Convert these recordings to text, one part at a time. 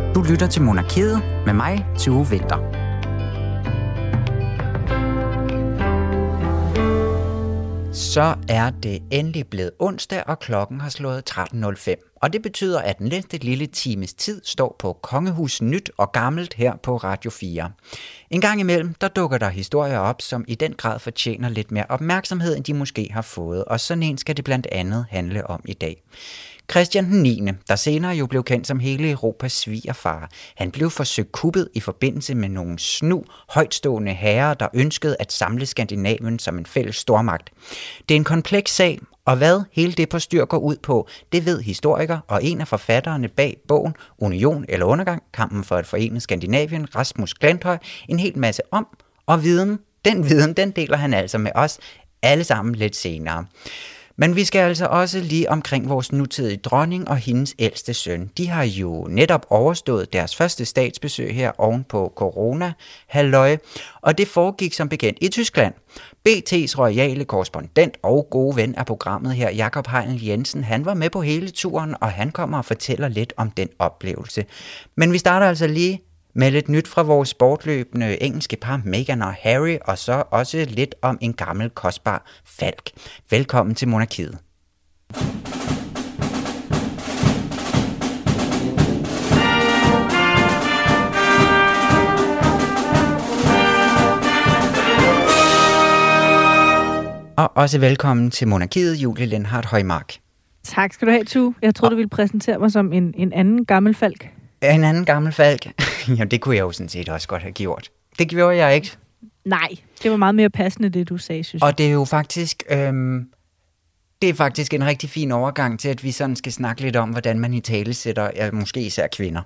Du lytter til Monarkiet med mig, Tue Winther. Så er det endelig blevet onsdag, og klokken har slået 13.05. Og det betyder, at den næste lille times tid står på Kongehus Nyt og Gammelt her på Radio 4. En gang imellem, der dukker der historier op, som i den grad fortjener lidt mere opmærksomhed, end de måske har fået. Og sådan en skal det blandt andet handle om i dag. Christian den 9., der senere jo blev kendt som hele Europas svigerfar, han blev forsøgt kuppet i forbindelse med nogle snu, højtstående herrer, der ønskede at samle Skandinavien som en fælles stormagt. Det er en kompleks sag, og hvad hele det på styr går ud på, det ved historiker og en af forfatterne bag bogen Union eller Undergang, kampen for at forene Skandinavien, Rasmus Glenthøj, en hel masse om, og den deler han altså med os alle sammen lidt senere. Men vi skal altså også lige omkring vores nutidige dronning og hendes ældste søn. De har jo netop overstået deres første statsbesøg her oven på corona-halløj, og det foregik som bekendt i Tyskland. BT's royale korrespondent og gode ven af programmet her, Jakob Heinl Jensen, han var med på hele turen, og han kommer og fortæller lidt om den oplevelse. Men vi starter altså lige med lidt nyt fra vores sportløbende engelske par Meghan og Harry, og så også lidt om en gammel kostbar falk. Velkommen til Monarkiet. Og også velkommen til Monarkiet, Julie Lindhardt Højmark. Tak skal du have, Tue. Jeg troede, du ville præsentere mig som en anden gammel falk. En anden gammel falk? Jamen, det kunne jeg jo sådan set også godt have gjort. Det gjorde jeg ikke. Nej, det var meget mere passende, det du sagde, synes jeg. Og det er jo faktisk, det er faktisk en rigtig fin overgang til, at vi sådan skal snakke lidt om, hvordan man i tale sætter, måske især kvinder.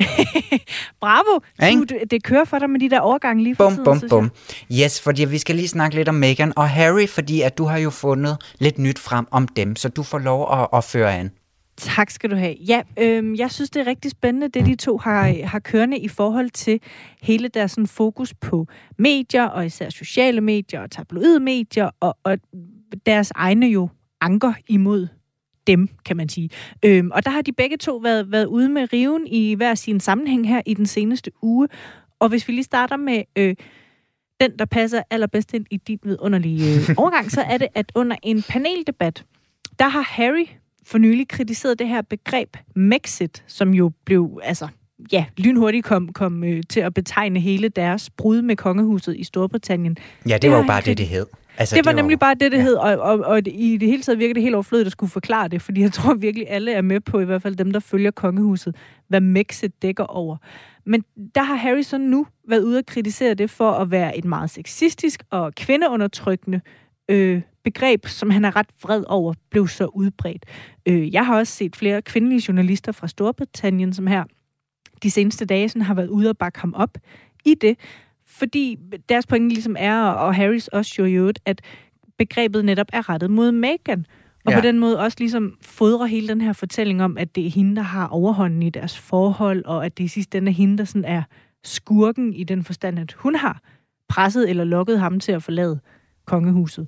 Bravo! Det kører for dig med de der overgange lige for tiden, Bum. Yes, fordi vi skal lige snakke lidt om Meghan og Harry, fordi at du har jo fundet lidt nyt frem om dem, så du får lov at føre an. Tak skal du have. Ja, jeg synes, det er rigtig spændende, det de to har kørende i forhold til hele deres sådan, fokus på medier, og især sociale medier og tabloidmedier, og deres egne jo anker imod dem, kan man sige. Og der har de begge to været ude med riven i hver sin sammenhæng her i den seneste uge. Og hvis vi lige starter med den, der passer allerbedst ind i din vidunderlige overgang, så er det, at under en paneldebat, der har Harry for nylig kritiseret det her begreb Megxit, som jo blev, lynhurtigt kom til at betegne hele deres brud med kongehuset i Storbritannien. Ja, det var jo bare det hed. Altså, det var nemlig bare det hed, og i det hele taget virker det helt overflødigt at skulle forklare det, fordi jeg tror virkelig, alle er med på, i hvert fald dem, der følger kongehuset, hvad Megxit dækker over. Men der har Harry så nu været ude at kritisere det for at være et meget sexistisk og kvindeundertrykkende begreb, som han er ret vred over, blev så udbredt. Jeg har også set flere kvindelige journalister fra Storbritannien, som her de seneste dage sådan, har været ude og bakke ham op i det, fordi deres pointe ligesom er, og Harrys også jo i øvrigt, at begrebet netop er rettet mod Meghan, og på den måde også ligesom fodrer hele den her fortælling om, at det er hende, der har overhånden i deres forhold, og at det i sidste ende er hende, der sådan er skurken i den forstand, at hun har presset eller lokket ham til at forlade kongehuset.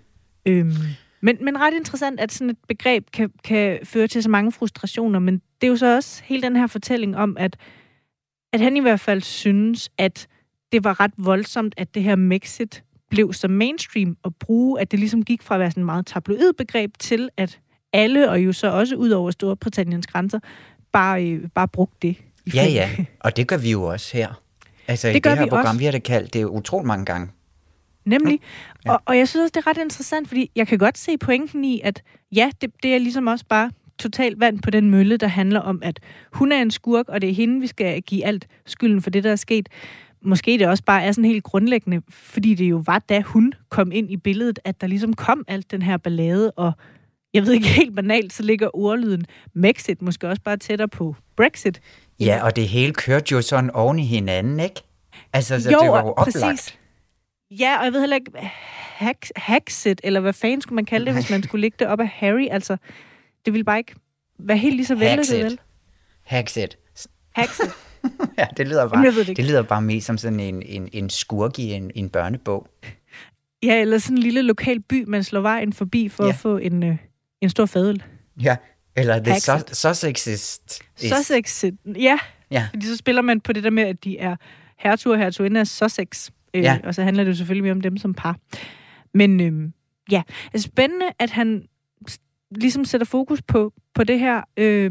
Men ret interessant, at sådan et begreb kan føre til så mange frustrationer, men det er jo så også hele den her fortælling om, at han i hvert fald synes, at det var ret voldsomt, at det her Megxit blev så mainstream at bruge, at det ligesom gik fra at være sådan et meget tabloid begreb til, at alle, og jo så også ud over Storbritanniens grænser, bare brugte det. Ja, og det gør vi jo også her. Altså det i det her program, også. Vi har det kaldt det utroligt mange gange. Nemlig. Ja. Og jeg synes også, det er ret interessant, fordi jeg kan godt se pointen i, at ja, det er ligesom også bare totalt vand på den mølle, der handler om, at hun er en skurk, og det er hende, vi skal give alt skylden for det, der er sket. Måske det også bare er sådan helt grundlæggende, fordi det jo var, da hun kom ind i billedet, at der ligesom kom alt den her ballade, og jeg ved ikke, helt banalt, så ligger ordlyden Megxit måske også bare tættere på Brexit. Ja, og det hele kørte jo sådan oven i hinanden, ikke? Altså, så jo, det var jo oplagt. Præcis. Ja, og jeg ved heller ikke, Haxit, eller hvad fanden skulle man kalde det, hvis man skulle lægge det op af Harry, altså, det ville bare ikke være helt lige så vel. Haxit. Haxit. Ja, det lyder bare mest som sådan en skurk i en børnebog. Ja, eller sådan en lille lokal by, man slår vejen forbi for at få en stor fadøl. Ja, eller det Sussexist. Sussexist, ja. Ja. Fordi så spiller man på det der med, at de er hertug og hertuginde af Sussex. Og så handler det jo selvfølgelig mere om dem som par. Men det er spændende, at han ligesom sætter fokus på det her,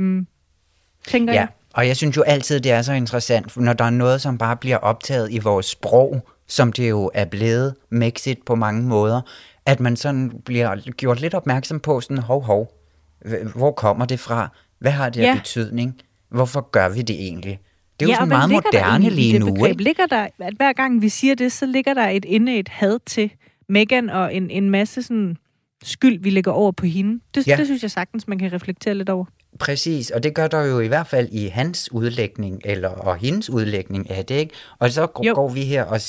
tænker jeg. Og jeg synes jo altid, det er så interessant, når der er noget, som bare bliver optaget i vores sprog, som det jo er blevet mixet på mange måder, at man sådan bliver gjort lidt opmærksom på sådan, hvor kommer det fra? Hvad har det af betydning? Hvorfor gør vi det egentlig? Det er jo sådan meget moderne lige nu, ikke? Ligger der, at hver gang vi siger det, så ligger der et had til Meghan og en masse sådan skyld, vi lægger over på hende. Det synes jeg sagtens, man kan reflektere lidt over. Præcis, og det gør der jo i hvert fald i hans udlægning, og hendes udlægning af det, ikke? Og så går vi her og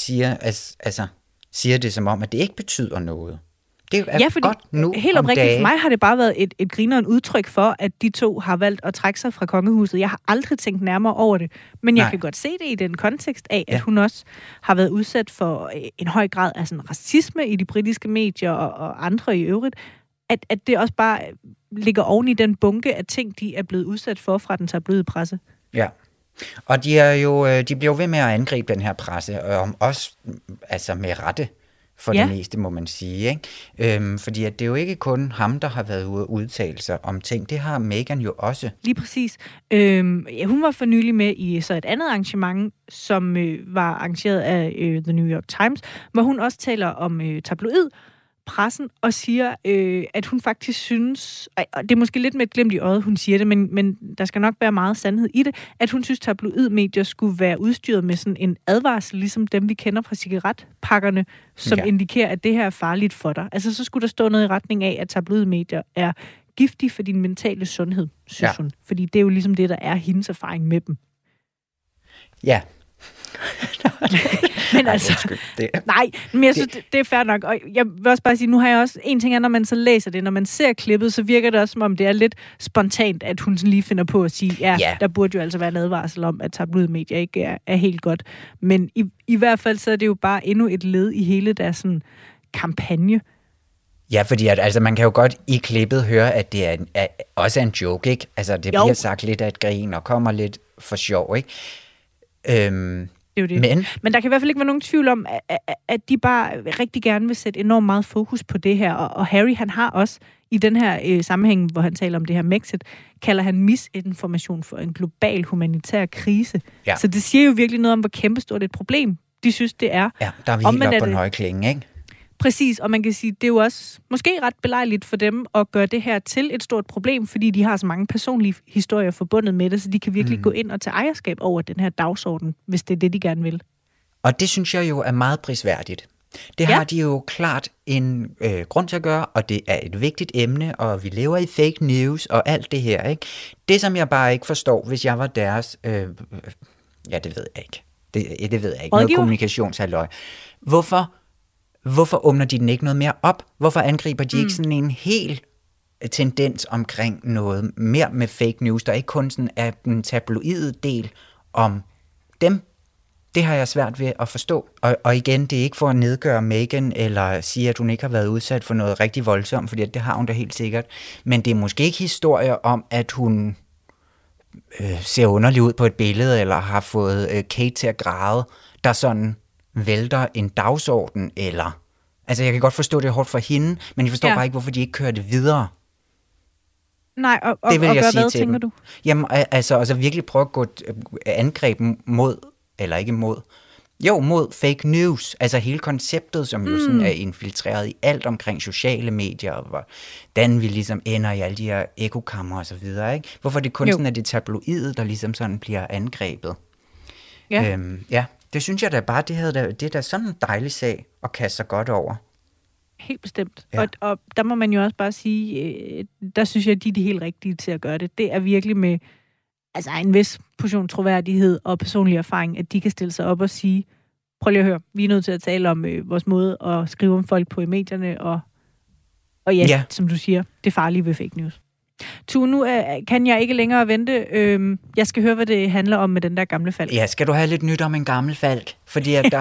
siger det som om, at det ikke betyder noget. Det er godt nu helt oprigtigt for mig har det bare været et grinerende udtryk for, at de to har valgt at trække sig fra kongehuset. Jeg har aldrig tænkt nærmere over det, men jeg kan godt se det i den kontekst af, at hun også har været udsat for en høj grad af sådan racisme i de britiske medier og andre i øvrigt. At det også bare ligger oven i den bunke af ting, de er blevet udsat for fra den tabloide presse. Ja. Og de bliver jo ved med at angribe den her presse, og også med rette for det meste, må man sige. Ikke? Fordi at det er jo ikke kun ham, der har været ude at udtale sig om ting. Det har Meghan jo også. Lige præcis. Hun var for nylig med i så et andet arrangement, som var arrangeret af The New York Times, hvor hun også taler om tabloid pressen og siger, at hun faktisk synes, og det er måske lidt med et glimt i øjet, hun siger det, men der skal nok være meget sandhed i det, at hun synes, tabloidmedier skulle være udstyret med sådan en advarsel, ligesom dem, vi kender fra cigaretpakkerne, som indikerer, at det her er farligt for dig. Altså, så skulle der stå noget i retning af, at tabloidmedier er giftige for din mentale sundhed, synes hun. Fordi det er jo ligesom det, der er hendes erfaring med dem. Ja. Men altså, men jeg synes, det er fair nok. Og jeg vil også bare sige, nu har jeg også en ting, når man så læser det, når man ser klippet, så virker det også, som om det er lidt spontant, at hun sådan lige finder på at sige, der burde jo altså være en advarsel om, at tabloidmedier ikke er helt godt. Men i hvert fald, så er det jo bare endnu et led i hele deres sådan kampagne. Ja, fordi man kan jo godt i klippet høre, at det er også en joke, ikke? Altså, det bliver sagt lidt af et grin og kommer lidt for sjov, ikke? Det. Men der kan i hvert fald ikke være nogen tvivl om, at de bare rigtig gerne vil sætte enormt meget fokus på det her. Og Harry, han har også i den her sammenhæng, hvor han taler om det her Brexit, kalder han misinformation for en global humanitær krise. Ja. Så det siger jo virkelig noget om, hvor kæmpestort et problem de synes, det er. Ja, der er vi helt op på en høj klinge, ikke? Præcis, og man kan sige, det er jo også måske ret belejligt for dem at gøre det her til et stort problem, fordi de har så mange personlige historier forbundet med det, så de kan virkelig gå ind og tage ejerskab over den her dagsorden, hvis det er det, de gerne vil. Og det synes jeg jo er meget prisværdigt. Det har de jo klart en grund til at gøre, og det er et vigtigt emne, og vi lever i fake news og alt det her, ikke? Det, som jeg bare ikke forstår, hvis jeg var deres... det ved jeg ikke. Det ved jeg ikke. Noget kommunikationshalløj. Hvorfor åbner de den ikke noget mere op? Hvorfor angriber de ikke sådan en hel tendens omkring noget mere med fake news, der ikke kun sådan er den tabloide del om dem? Det har jeg svært ved at forstå. Og igen, det er ikke for at nedgøre Meghan, eller sige, at hun ikke har været udsat for noget rigtig voldsomt, fordi det har hun da helt sikkert. Men det er måske ikke historier om, at hun ser underlig ud på et billede, eller har fået Kate til at græde, der sådan vælter en dagsorden, eller... Altså, jeg kan godt forstå, det er hårdt for hende, men jeg forstår bare ikke, hvorfor de ikke kører det videre. Nej, og det vil jeg sige hvad til tænker dem. Du? Jamen, altså virkelig prøve at gå angreb mod, eller ikke mod, mod fake news. Altså hele konceptet, som jo sådan er infiltreret i alt omkring sociale medier, og hvordan vi ligesom ender i alle de her ekokammer og så videre, ikke? Hvorfor det kun sådan er det tabloide, der ligesom sådan bliver angrebet. Ja. Det synes jeg da bare, det er da sådan en dejlig sag at kaste sig godt over. Helt bestemt. Ja. Og der må man jo også bare sige, der synes jeg, de er de helt rigtige til at gøre det. Det er virkelig med en vis portion troværdighed og personlig erfaring, at de kan stille sig op og sige, prøv lige at høre, vi er nødt til at tale om vores måde at skrive om folk på i medierne, og som du siger, det farlige ved fake news. Tue, nu kan jeg ikke længere vente. Jeg skal høre, hvad det handler om med den der gamle falk. Ja, skal du have lidt nyt om en gammel falk? Fordi at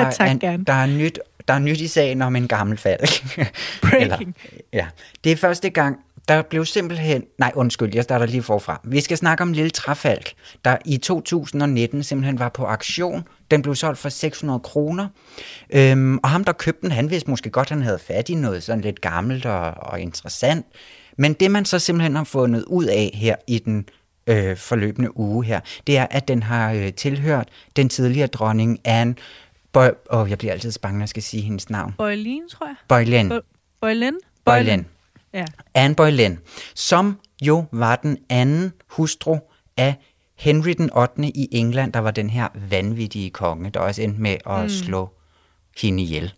der er nyt i sagen om en gammel falk. Breaking. Det er første gang Der blev simpelthen... Nej, undskyld, jeg starter lige forfra. Vi skal snakke om Lille Træfalk, der i 2019 simpelthen var på auktion. Den blev solgt for 600 kroner. Og ham, der købte den, han vidste måske godt, han havde fat i noget sådan lidt gammelt og interessant. Men det, man så simpelthen har fundet ud af her i den forløbende uge her, det er, at den har tilhørt den tidligere dronning Anne... jeg bliver altid bange, når jeg skal sige hendes navn. Boleyn, tror jeg. Boleyn. Ja. Anne Boleyn, som jo var den anden hustru af Henry den 8. i England, der var den her vanvittige konge, der også endte med at slå hende ihjel.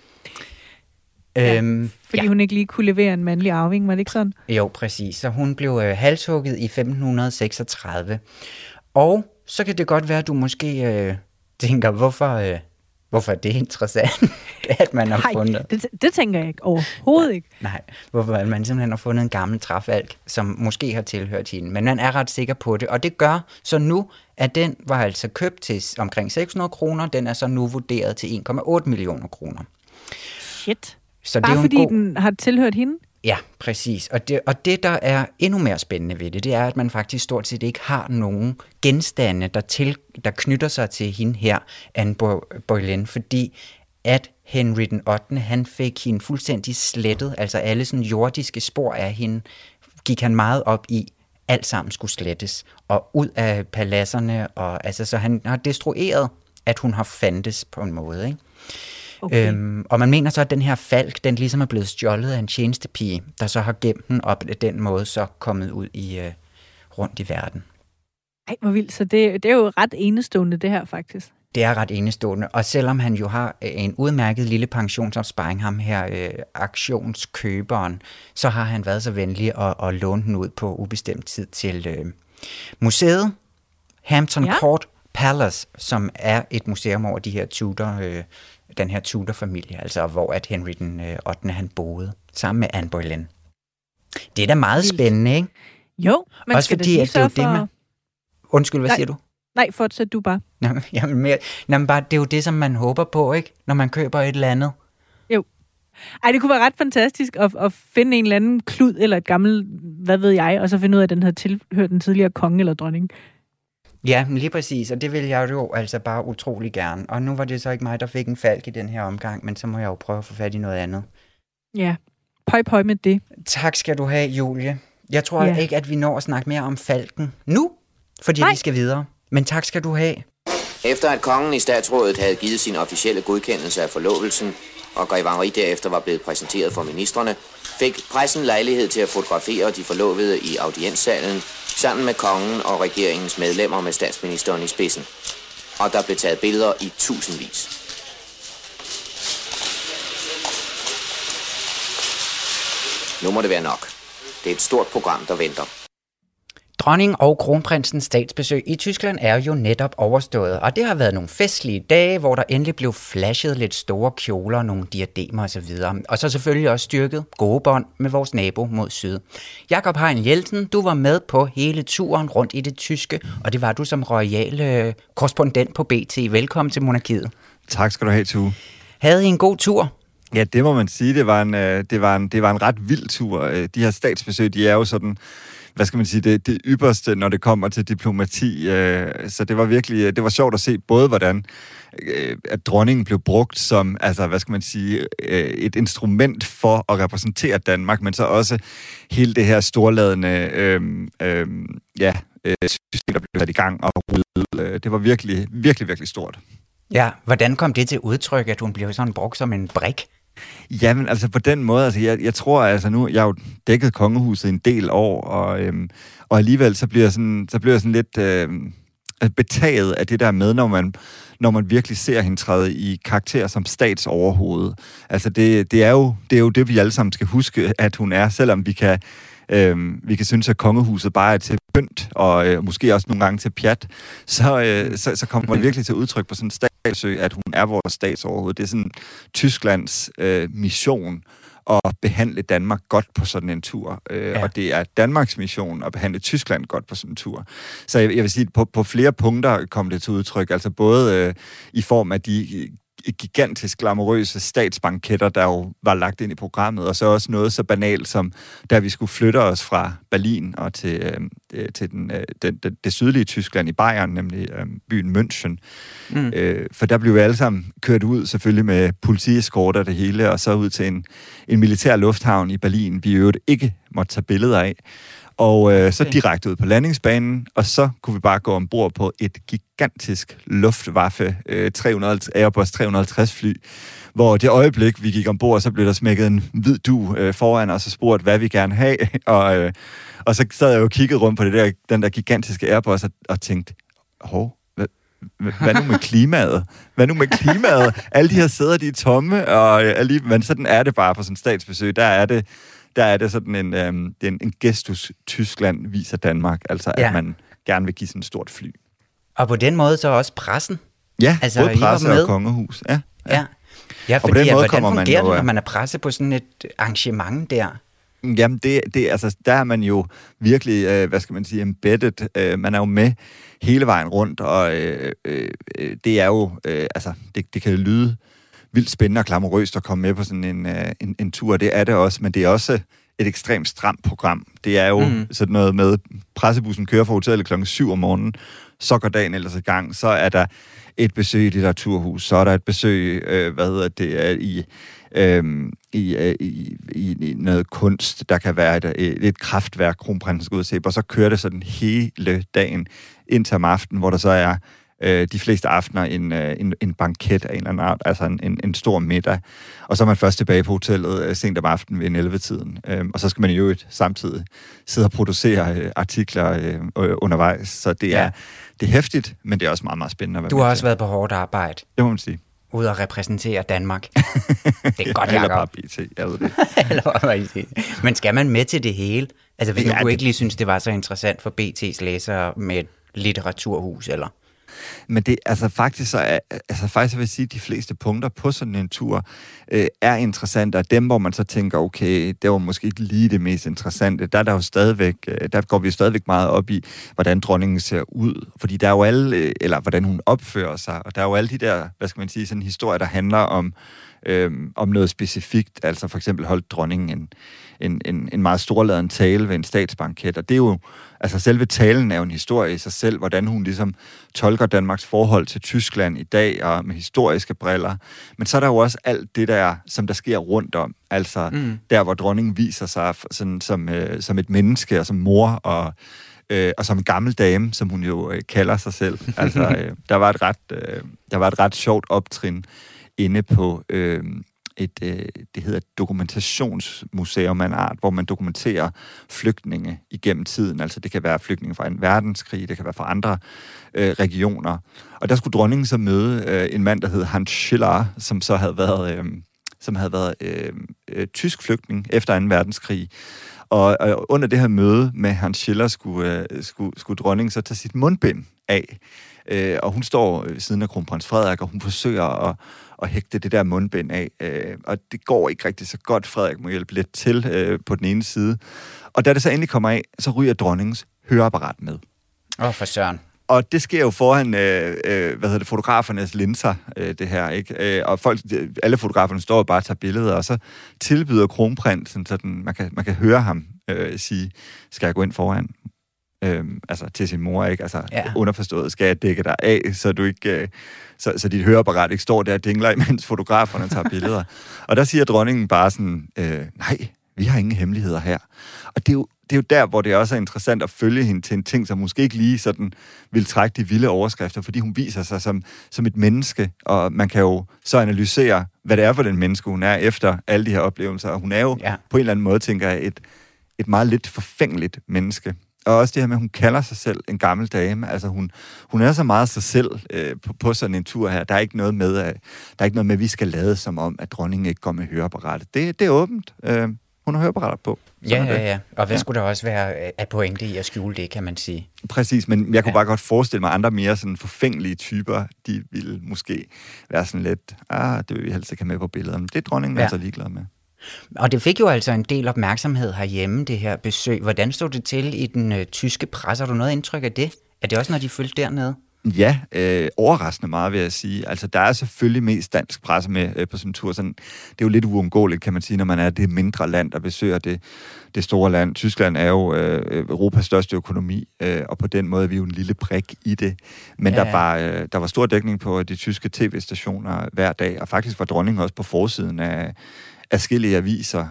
Fordi hun ikke lige kunne levere en mandlig arving, var det ikke sådan? Jo, præcis. Så hun blev halshugget i 1536. Og så kan det godt være, at du måske tænker, hvorfor er det interessant, at man har fundet... Det tænker jeg ikke overhovedet ikke. Nej, hvorfor man simpelthen har fundet en gammel træfalk, som måske har tilhørt hende. Men man er ret sikker på det, og det gør så nu, at den var altså købt til omkring 600 kroner. Den er så nu vurderet til 1,8 millioner kroner. Shit. Så bare det er fordi god... den har tilhørt hende? Ja, præcis. Og det, der er endnu mere spændende ved det, det er, at man faktisk stort set ikke har nogen genstande, der knytter sig til hende her, Anne Boleyn, fordi at Henry den 8. han fik hende fuldstændig slettet, altså alle sådan jordiske spor af hende, gik han meget op i, alt sammen skulle slettes, og ud af paladserne, og altså, så han har destrueret, at hun har fandtes på en måde, ikke? Okay. Og man mener så, at den her falk, den ligesom er blevet stjålet af en tjenestepige, der så har gemt den op af den måde, så kommet ud i rundt i verden. Ej, hvor vildt. Så det er jo ret enestående, det her faktisk. Det er ret enestående, og selvom han jo har en udmærket lille pensionsopsparing, ham her aktionskøberen, så har han været så venlig at låne den ud på ubestemt tid til museet Hampton Court Palace, som er et museum over de her den her Tudor-familie, altså hvor at Henry den 8. han boede, sammen med Anne Boleyn. Det er da meget spændende, ikke? Jo, men også skal fordi, det at det er jo det, man... Undskyld, hvad siger du? Nej, fortsæt du bare. Jamen, bare, det er jo det, som man håber på, ikke? Når man køber et eller andet. Jo. Ej, det kunne være ret fantastisk at finde en eller anden klud, eller et gammelt, hvad ved jeg, og så finde ud af, at den havde tilhørt den tidligere konge eller dronning. Ja, lige præcis, og det vil jeg jo altså bare utrolig gerne. Og nu var det så ikke mig, der fik en falk i den her omgang, men så må jeg jo prøve at få fat i noget andet. Ja, pøj med det. Tak skal du have, Julie. Jeg tror ikke, at vi når at snakke mere om falken nu, fordi vi skal videre. Men tak skal du have. Efter at kongen i statsrådet havde givet sin officielle godkendelse af forlovelsen, og Grev Henri derefter var blevet præsenteret for ministrene, fik pressen lejlighed til at fotografere de forlovede i audienssalen, sammen med kongen og regeringens medlemmer med statsministeren i spidsen. Og der blev taget billeder i tusindvis. Nu må det være nok. Det er et stort program, der venter. Dronning og kronprinsens statsbesøg i Tyskland er jo netop overstået, og det har været nogle festlige dage, hvor der endelig blev flashet lidt store kjoler, nogle diademer osv. Og så selvfølgelig også styrket gode bånd med vores nabo mod syd. Jakob Hein Jeltsen, du var med på hele turen rundt i det tyske, og det var du som royal korrespondent på BT. Velkommen til Monarkiet. Tak skal du have, Tue. Havde I en god tur? Ja, det må man sige. Det var en ret vild tur. De her statsbesøg, de er jo sådan... Hvad skal man sige, det ypperste, når det kommer til diplomati. Så det var virkelig, det var sjovt at se både, hvordan at dronningen blev brugt som, altså, hvad skal man sige, et instrument for at repræsentere Danmark, men så også hele det her storladende system, der blev sat i gang og rullet. Det var virkelig, virkelig, virkelig stort. Ja, hvordan kom det til udtryk, at hun blev sådan brugt som en brik? Jamen, altså på den måde, altså jeg tror, altså nu, jeg har jo dækket kongehuset en del år, og alligevel så bliver jeg sådan lidt betaget af det der med, når man virkelig ser hende træde i karakter som statsoverhoved. Altså det er jo det, vi alle sammen skal huske, at hun er, selvom vi kan synes, at kongehuset bare er til pynt, og måske også nogle gange til pjat, så kommer man virkelig til udtryk på sådan en statsbesøg, at hun er vores statsoverhoved. Det er sådan Tysklands mission at behandle Danmark godt på sådan en tur. Og det er Danmarks mission at behandle Tyskland godt på sådan en tur. Så jeg vil sige, på flere punkter kom det til udtryk, altså både i form af de gigantisk glamourøse statsbanketter, der jo var lagt ind i programmet, og så også noget så banalt som, da vi skulle flytte os fra Berlin og til det sydlige Tyskland i Bayern, nemlig byen München. For der blev vi alle sammen kørt ud, selvfølgelig med politieskorter det hele, og så ud til en militær lufthavn i Berlin, vi øvrigt ikke måtte tage billeder af. Og så direkte ud på landingsbanen, og så kunne vi bare gå ombord på et gigantisk Luftwaffe Airbus 350 fly, hvor det øjeblik, vi gik ombord, så blev der smækket en hvid dug foran os og spurgt, hvad vi gerne have. Og så sad jeg jo og kiggede rundt på den der gigantiske Airbus og tænkte, hvad nu med klimaet? Hvad nu med klimaet? Alle de her sæder, de er tomme, men sådan er det bare på sådan en statsbesøg. Der er det sådan en gestus, Tyskland viser Danmark, altså at man gerne vil give sådan et stort fly. Og på den måde så også pressen? Ja, altså, både presse og kongehus. Ja, fordi hvordan fungerer det, når man er presse på sådan et arrangement der? Jamen, altså, der er man jo virkelig, hvad skal man sige, embedded. Man er jo med hele vejen rundt, og det er jo, altså, det kan lyde vildt spændende og glamourøst at komme med på sådan en tur. Det er det også, men det er også et ekstremt stramt program. Det er jo sådan noget med, pressebussen kører fra hotellet klokken 7 om morgenen, så går dagen ellers i gang, så er der et besøg i litteraturhus, så er der et besøg, i noget kunst, der kan være et kraftværk, kronprinsen skal ud og se, og så kører det sådan hele dagen indtil om aftenen, hvor der så er de fleste aftener en banket af en eller anden art, altså en stor middag. Og så er man først tilbage på hotellet sent om aftenen ved 11-tiden. Og så skal man jo samtidig sidde og producere artikler undervejs. Så det er hæftigt, men det er også meget, meget spændende at være. Du har også været på hårdt arbejde. Det må man sige. Ude at repræsentere Danmark. Det er godt, Eller bare BT, jeg ved det. Eller bare BT. Men skal man med til det hele? Altså hvis du ikke lige synes, det var så interessant for BT's læsere med et litteraturhus, eller? Men det, altså faktisk vil jeg sige, at de fleste punkter på sådan en tur er interessante, og dem, hvor man så tænker, okay, det var måske ikke lige det mest interessante, der går vi jo stadigvæk meget op i, hvordan dronningen ser ud, fordi der er jo eller hvordan hun opfører sig, og der er jo alle de der, hvad skal man sige, sådan historier, der handler om noget specifikt, altså for eksempel holdt dronningen en meget storladen tale ved en statsbanket, og det er jo, altså selve talen er jo en historie i sig selv, hvordan hun ligesom tolker Danmarks forhold til Tyskland i dag, og med historiske briller, men så er der jo også alt det der, som der sker rundt om, altså der, hvor dronningen viser sig sådan, som et menneske, og som mor, og som en gammel dame, som hun jo kalder sig selv. Altså, der var et ret sjovt optrin inde på det hedder dokumentationsmuseum af en art, hvor man dokumenterer flygtninge igennem tiden. Altså det kan være flygtninge fra en verdenskrig, det kan være fra andre regioner. Og der skulle dronningen så møde en mand, der hed Hans Schiller, som så havde været tysk flygtning efter 2. verdenskrig. Og under det her møde med Hans Schiller skulle dronningen så tage sit mundbind af. Og hun står ved siden af kronprins Frederik, og hun forsøger at hægte det der mundbind af. Og det går ikke rigtig så godt. Frederik må hjælpe lidt til på den ene side. Og da det så endelig kommer af, så ryger dronningens høreapparat med. For søren. Og det sker jo foran fotografernes linser, det her, ikke? Og alle fotograferne står og bare tager billeder, og så tilbyder kronprinsen, sådan, man kan høre ham sige, skal jeg gå ind foran? Altså til sin mor, ikke? Altså underforstået, skal jeg dække dig af, så du ikke, så dit høreapparat ikke står der og dingler, imens fotograferne tager billeder. Og der siger dronningen bare sådan, nej, vi har ingen hemmeligheder her. Og det er jo der, hvor det også er interessant at følge hende til en ting, som måske ikke lige sådan vil trække de vilde overskrifter, fordi hun viser sig som et menneske, og man kan jo så analysere, hvad det er for den menneske, hun er efter alle de her oplevelser. Og hun er jo på en eller anden måde, tænker jeg, et meget lidt forfængeligt menneske. Og også det her med, at hun kalder sig selv en gammel dame. Altså hun er så meget sig selv på sådan en tur her. Der er ikke noget med, at vi skal lade som om, at dronningen ikke går med høreapparatet. Det er åbent. Hun har høreapparatet på. Ja. Og hvad skulle der også være af pointe i at skjule det, kan man sige? Præcis, men jeg kunne bare godt forestille mig, andre mere sådan forfængelige typer, de ville måske være sådan lidt, det vil vi helst ikke have med på billederne. Det er dronningen altså ligeglad med. Og det fik jo altså en del opmærksomhed herhjemme, det her besøg. Hvordan stod det til i den tyske presse? Har du noget indtryk af det? Er det også, når de følte dernede? Ja, overraskende meget, vil jeg sige. Altså, der er selvfølgelig mest dansk presse med på sådan en tur. Sådan, det er jo lidt uundgåeligt, kan man sige, når man er det mindre land, der besøger det store land. Tyskland er jo Europas største økonomi, og på den måde er vi jo en lille brik i det. Men der var stor dækning på de tyske tv-stationer hver dag, og faktisk var dronningen også på forsiden af adskillige aviser.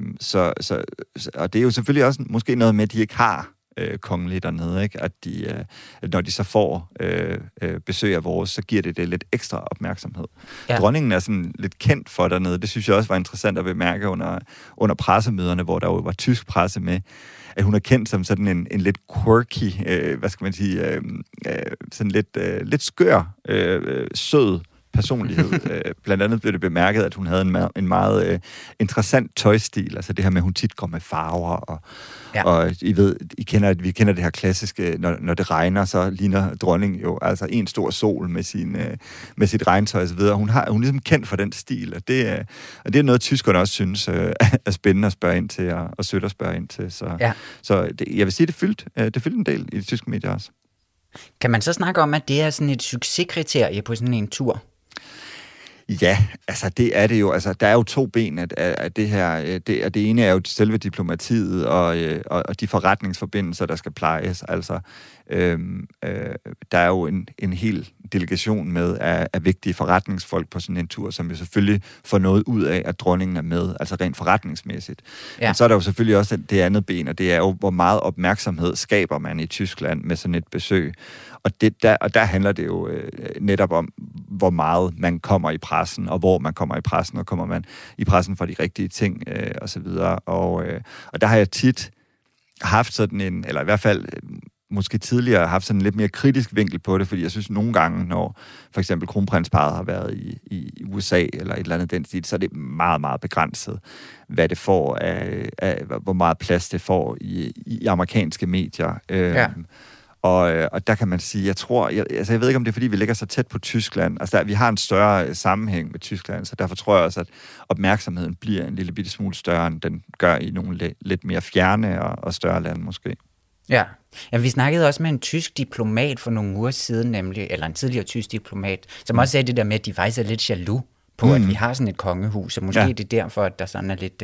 Og det er jo selvfølgelig også måske noget med, at de ikke har kongelige dernede, ikke? At når de så får besøg af vores, så giver det lidt ekstra opmærksomhed. Ja. Dronningen er sådan lidt kendt for dernede. Det synes jeg også var interessant at bemærke under pressemøderne, hvor der jo var tysk presse med, at hun er kendt som sådan en lidt quirky, hvad skal man sige, sådan lidt skør, sød personlighed. Blandt andet blev det bemærket, at hun havde en meget interessant tøjstil, altså det her med, at hun tit går med farver, og vi kender det her klassiske, når det regner, så ligner dronningen jo altså en stor sol med sit regntøj og så videre. Hun er ligesom kendt for den stil, og det er noget, tyskerne også synes er spændende at spørge ind til, og sødt at spørge ind til. Så jeg vil sige, det fyldte en del i de tyske medier også. Kan man så snakke om, at det er sådan et succeskriterie på sådan en tur? Ja, altså det er det jo. Altså, der er jo to ben af det her. Det ene er jo selve diplomatiet og de forretningsforbindelser, der skal plejes. Altså, der er jo en hel delegation med af vigtige forretningsfolk på sådan en tur, som jo selvfølgelig får noget ud af, at dronningen er med, altså rent forretningsmæssigt. Ja. Men så er der jo selvfølgelig også det andet ben, og det er jo, hvor meget opmærksomhed skaber man i Tyskland med sådan et besøg. Og der handler det jo netop om, hvor meget man kommer i pressen, og hvor man kommer i pressen, og kommer man i pressen for de rigtige ting, og så videre. Og der har jeg tit haft sådan en, eller i hvert fald måske tidligere haft sådan en lidt mere kritisk vinkel på det, fordi jeg synes nogle gange, når for eksempel kronprinsparret har været i USA eller et eller andet den stil, så er det meget, meget begrænset, hvad det får af hvor meget plads det får i amerikanske medier. Og der kan man sige, jeg ved ikke, om det er, fordi vi ligger så tæt på Tyskland. Altså, vi har en større sammenhæng med Tyskland, så derfor tror jeg også, at opmærksomheden bliver en lille bitte smule større, end den gør i nogle lidt mere fjerne og større lande måske. Ja, vi snakkede også med en tysk diplomat for nogle uger siden, nemlig, eller en tidligere tysk diplomat, som også sagde det der med, at de faktisk er lidt jaloux på, at vi har sådan et kongehus, og måske det er derfor, at der sådan er lidt...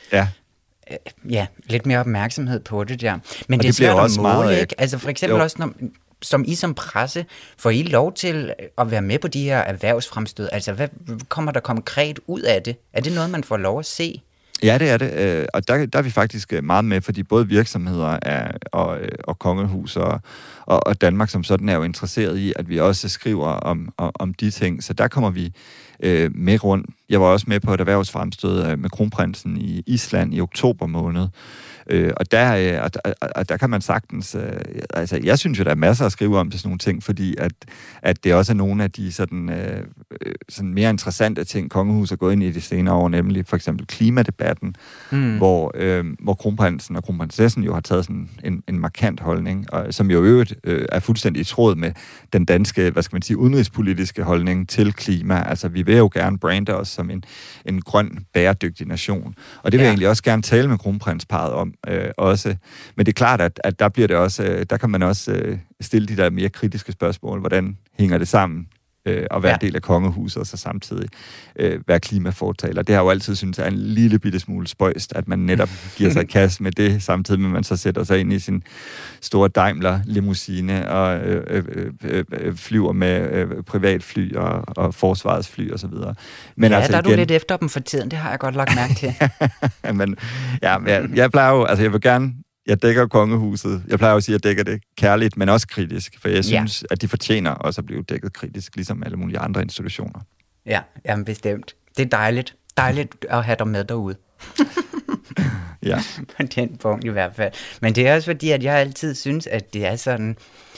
lidt mere opmærksomhed på det der. Men det er svært at måle, ikke? Altså for eksempel også, som I som presse, får I lov til at være med på de her erhvervsfremstød? Altså hvad kommer der konkret ud af det? Er det noget, man får lov at se? Ja, det er det. Og der er vi faktisk meget med, fordi både virksomheder og kongehus og Danmark som sådan er jo interesseret i, at vi også skriver om de ting. Så der kommer vi med rundt. Jeg var også med på et erhvervsfremstød med kronprinsen i Island i oktober måned. Og der kan man sagtens... altså, jeg synes jo, der er masser at skrive om til sådan nogle ting, fordi at det også er nogle af de sådan mere interessante ting, kongehuset er gået ind i de senere år, nemlig for eksempel klimadebatten, hvor kronprinsen og kronprinsessen jo har taget sådan en markant holdning, og som jo øvrigt er fuldstændig i tråd med den danske, hvad skal man sige, udenrigspolitiske holdning til klima. Altså, vi vil jo gerne brande os som en grøn, bæredygtig nation. Og det vil jeg egentlig også gerne tale med kronprinsparret om også. Men det er klart, at der bliver det også, der kan man også stille de der mere kritiske spørgsmål. Hvordan hænger det sammen? Og være del af kongehuset, og så samtidig være klimafortaler. Det har jo altid syntes er en lille bitte smule spøjst, at man netop giver sig i kast med det, samtidig med, at man så sætter sig ind i sin store Daimler-limousine og flyver med privatfly og forsvarets fly og så videre. Men altså, der er du lidt efter dem for tiden, det har jeg godt lagt mærke til. Men jeg plejer jo, altså jeg vil gerne... Jeg dækker kongehuset. Jeg plejer jo at sige, at jeg dækker det kærligt, men også kritisk, for jeg synes, at de fortjener også at blive dækket kritisk, ligesom alle mulige andre institutioner. Ja, jamen bestemt. Det er dejligt. Dejligt at have dig med derude. Ja. På den punkt i hvert fald. Men det er også fordi, at jeg altid synes, at det er sådan...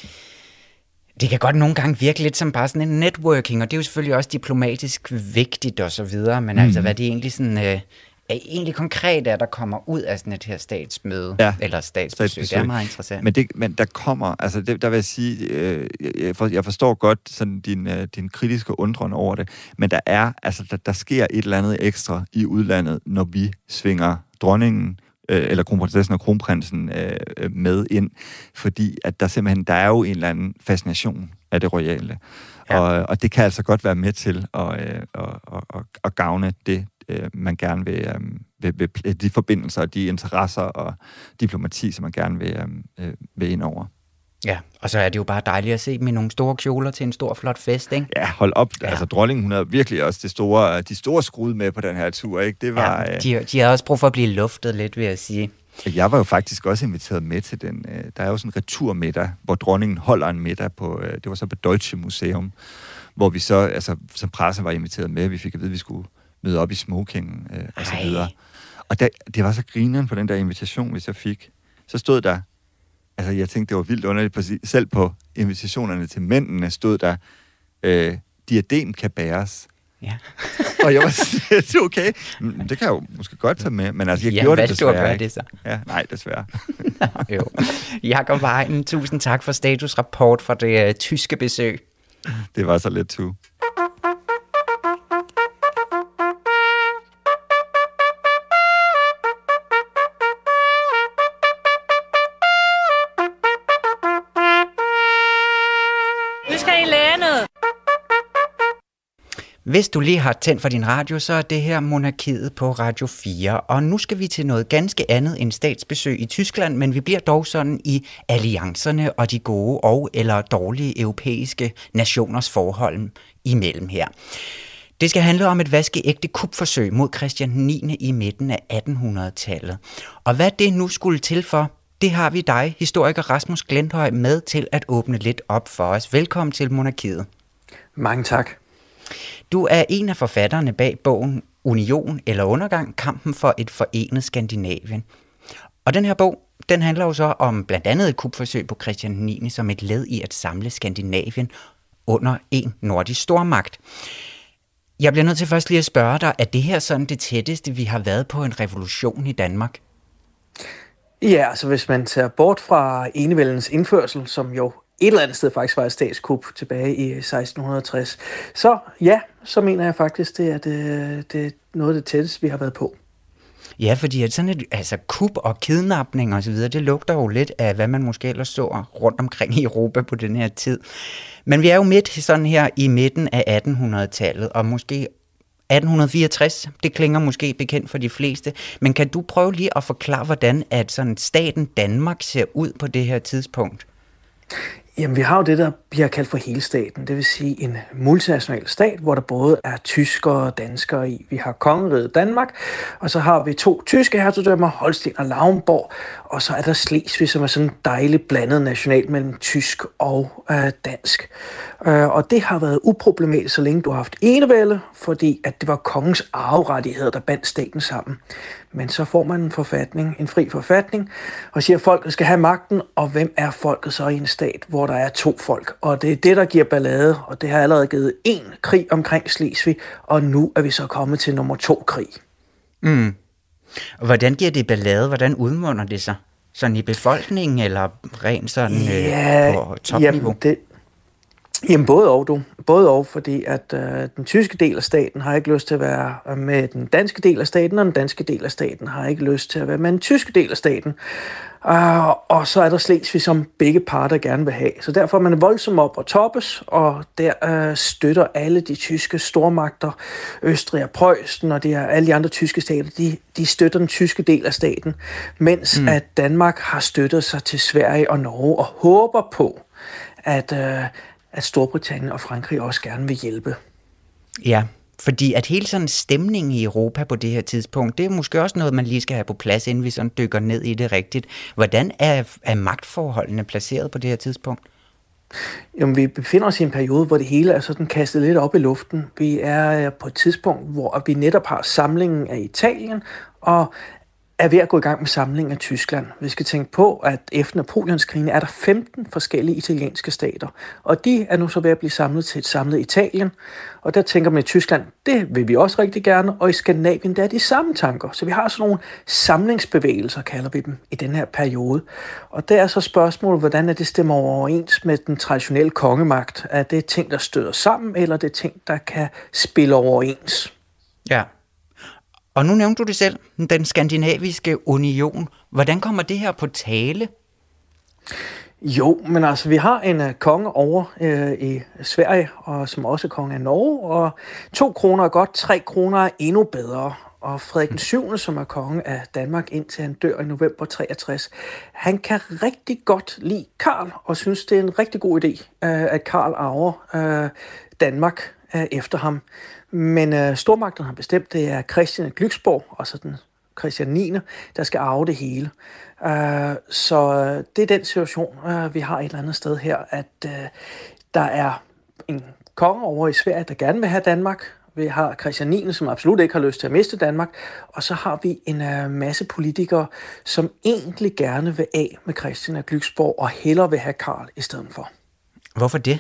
Det kan godt nogle gange virke lidt som bare sådan en networking, og det er jo selvfølgelig også diplomatisk vigtigt og så videre, men altså, hvad det egentlig sådan... egentlig konkret er, der kommer ud af sådan et her statsmøde, eller statsbesøg. Det er meget interessant. Men der kommer, altså der vil jeg sige, jeg forstår godt sådan din kritiske undren over det, men der sker et eller andet ekstra i udlandet, når vi svinger dronningen, eller kronprinsessen og kronprinsen med ind, fordi at der er jo en eller anden fascination af det royale. Ja. Og det kan altså godt være med til at gavne det, man gerne vil de forbindelser og de interesser og diplomati, som man gerne vil ind over. Ja, og så er det jo bare dejligt at se dem i nogle store kjoler til en stor, flot fest, ikke? Ja, hold op. Ja. Altså, dronningen, hun havde virkelig også de store skrud med på den her tur, ikke? Det var... Ja, de havde også brug for at blive luftet lidt, vil jeg sige. Jeg var jo faktisk også inviteret med til den. Der er jo sådan en returmiddag, hvor dronningen holder en middag på... Det var så på Deutsche Museum, hvor vi så, altså, som presse var inviteret med. Vi fik at vide, at vi skulle møde op i smokingen og så videre. Og det var så grineren på den der invitation, hvis jeg fik. Så stod der... Altså, jeg tænkte, det var vildt underligt. Selv på invitationerne til mændene stod der, diadem kan bæres. Ja. Og jeg var sådan, okay, det kan jeg jo måske godt tage med, men altså, jeg gjorde det desværre ikke. Det så? Ja, nej, desværre. Jo. Jakob Weinen, tusind tak for statusrapport fra det tyske besøg. Det var så lidt too. Hvis du lige har tændt for din radio, så er det her Monarkiet på Radio 4. Og nu skal vi til noget ganske andet end statsbesøg i Tyskland, men vi bliver dog sådan i alliancerne og de gode og eller dårlige europæiske nationers forhold imellem her. Det skal handle om et vaskeægte kupforsøg mod Christian 9. i midten af 1800-tallet. Og hvad det nu skulle til for, det har vi dig, historiker Rasmus Glenthøj, med til at åbne lidt op for os. Velkommen til Monarkiet. Mange tak. Du er en af forfatterne bag bogen Union eller Undergang, kampen for et forenet Skandinavien. Og den her bog, den handler jo så om blandt andet et kupforsøg på Christian 9. som et led i at samle Skandinavien under en nordisk stormagt. Jeg bliver nødt til først lige at spørge dig, er det her sådan det tætteste, vi har været på en revolution i Danmark? Ja, altså hvis man ser bort fra enevældens indførsel, som jo et eller andet sted faktisk var et statskup tilbage i 1660, så mener jeg faktisk, det er noget af det tætteste, vi har været på. Ja, fordi at sådan et kup og kidnapning og så videre, det lugter jo lidt af, hvad man måske ellers så rundt omkring i Europa på den her tid. Men vi er jo midt sådan her i midten af 1800-tallet, og måske 1864, det klinger måske bekendt for de fleste, men kan du prøve lige at forklare, hvordan at sådan staten Danmark ser ud på det her tidspunkt? Jamen, vi har jo det, der bliver kaldt for helstaten, det vil sige en multinational stat, hvor der både er tyskere og danskere i. Vi har kongeriget Danmark, og så har vi 2 tyske hertugdømmer, Holsten og Lauenborg, og så er der Slesvig, som er sådan en dejligt blandet national mellem tysk og dansk. Og det har været uproblematisk, så længe du har haft enevælde, fordi at det var kongens arverettigheder, der bandt staten sammen. Men så får man en fri forfatning, og siger, at folket skal have magten, og hvem er folket så i en stat, hvor der er 2 folk? Og det er det, der giver ballade, og det har allerede givet 1 krig omkring Slesvig, og nu er vi så kommet til nummer 2 krig. Mm. Og hvordan giver det ballade? Hvordan udmunder det sig? Sådan i befolkningen, eller rent sådan på topniveau? Jamen både og, fordi at den tyske del af staten har ikke lyst til at være med den danske del af staten, og den danske del af staten har ikke lyst til at være med den tyske del af staten. Og så er der Slesvig, som begge parter gerne vil have. Så derfor er man voldsomt op og toppes, og der støtter alle de tyske stormagter, Østrig og Preussen, og det er alle de andre tyske stater, de støtter den tyske del af staten, mens at Danmark har støttet sig til Sverige og Norge, og håber på, at Storbritannien og Frankrig også gerne vil hjælpe. Ja, fordi at hele sådan stemningen i Europa på det her tidspunkt, det er måske også noget, man lige skal have på plads, inden vi sådan dykker ned i det rigtigt. Hvordan er magtforholdene placeret på det her tidspunkt? Jamen, vi befinder os i en periode, hvor det hele er sådan kastet lidt op i luften. Vi er på et tidspunkt, hvor vi netop har samlingen af Italien, og er ved at gå i gang med samlingen af Tyskland. Vi skal tænke på, at efter Napoleonskrigen er der 15 forskellige italienske stater, og de er nu så ved at blive samlet til et samlet Italien. Og der tænker man i Tyskland, det vil vi også rigtig gerne, og i Skandinavien, der er de samme tanker. Så vi har sådan nogle samlingsbevægelser, kalder vi dem, i den her periode. Og der er så spørgsmålet, hvordan er det stemmer overens med den traditionelle kongemagt? Er det ting, der støder sammen, eller er det ting, der kan spille overens? Ja. Og nu nævnte du det selv, den skandinaviske union. Hvordan kommer det her på tale? Jo, men altså, vi har en konge over i Sverige, og som også er konge af Norge, og 2 kroner er godt, 3 kroner er endnu bedre. Og Frederik den 7., som er konge af Danmark, indtil han dør i november 63, han kan rigtig godt lide Karl, og synes, det er en rigtig god idé, at Karl arver Danmark efter ham. Men stormagterne har bestemt, det er Christian af Glücksborg, altså den Christian 9., der skal arve det hele. Så det er den situation, vi har et eller andet sted her, at der er en konge over i Sverige, der gerne vil have Danmark. Vi har Christian 9., som absolut ikke har lyst til at miste Danmark. Og så har vi en masse politikere, som egentlig gerne vil af med Christian af Glücksborg og hellere vil have Karl i stedet for. Hvorfor det?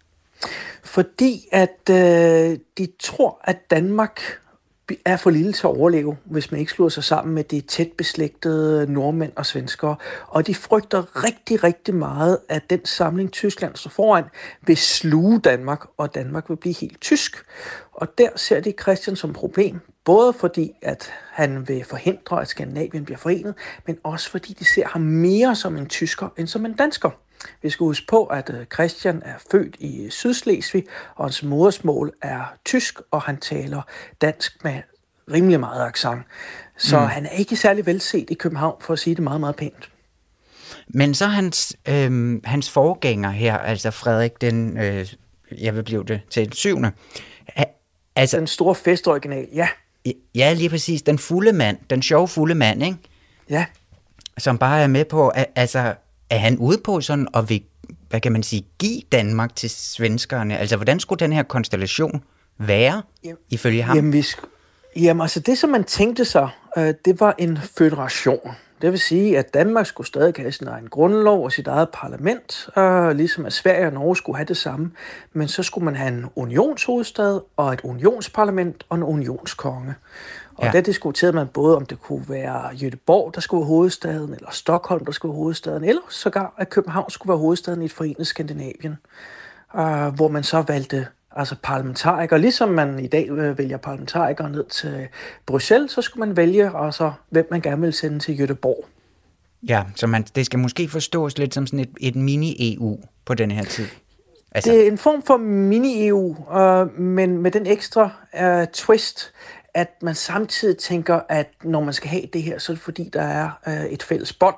Fordi at de tror, at Danmark er for lille til at overleve, hvis man ikke slutter sig sammen med de tæt beslægtede nordmænd og svenskere. Og de frygter rigtig, rigtig meget, at den samling Tyskland står foran vil sluge Danmark, og Danmark vil blive helt tysk. Og der ser de Christian som problem, både fordi, at han vil forhindre, at Skandinavien bliver forenet, men også fordi de ser ham mere som en tysker end som en dansker. Vi skal huske på, at Christian er født i Sydslesvig, og hans modersmål er tysk, og han taler dansk med rimelig meget accent. Så han er ikke særlig velset i København, for at sige det meget, meget pænt. Men så hans forgænger her, altså Frederik den, jeg vil blive det til den 7. Altså, den store festoriginal, ja. Ja, lige præcis. Den fulde mand, den sjove fulde mand, ikke? Ja. Som bare er med på, altså, er han ude på sådan at vil, hvad kan man sige, give Danmark til svenskerne? Altså, hvordan skulle den her konstellation være, ifølge ham? Jamen, altså det, som man tænkte sig, det var en føderation. Det vil sige, at Danmark skulle stadig have sin egen grundlov og sit eget parlament, ligesom at Sverige og Norge skulle have det samme. Men så skulle man have en unionshovedstad og et unionsparlament og en unionskonge. Og der diskuterede man både, om det kunne være Göteborg, der skulle være hovedstaden, eller Stockholm, der skulle være hovedstaden, eller sågar, at København skulle være hovedstaden i et forenet Skandinavien, hvor man så valgte altså parlamentarikere. Ligesom man i dag vælger parlamentarikere ned til Bruxelles, så skulle man vælge, altså, hvem man gerne vil sende til Göteborg. Ja, så det skal måske forstås lidt som sådan et mini-EU på den her tid. Altså. Det er en form for mini-EU, men med den ekstra twist, at man samtidig tænker, at når man skal have det her, så er det fordi, der er et fælles bånd,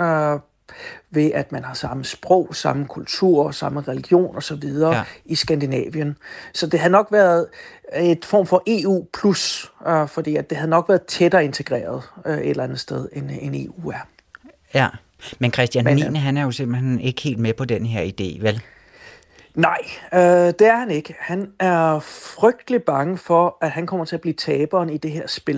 ved at man har samme sprog, samme kultur, samme religion osv. I Skandinavien. Så det har nok været et form for EU+, fordi at det havde nok været tættere integreret et eller andet sted, end EU er. Ja, men Christian 9. han er jo simpelthen ikke helt med på den her idé, vel? Nej, det er han ikke. Han er frygtelig bange for, at han kommer til at blive taberen i det her spil.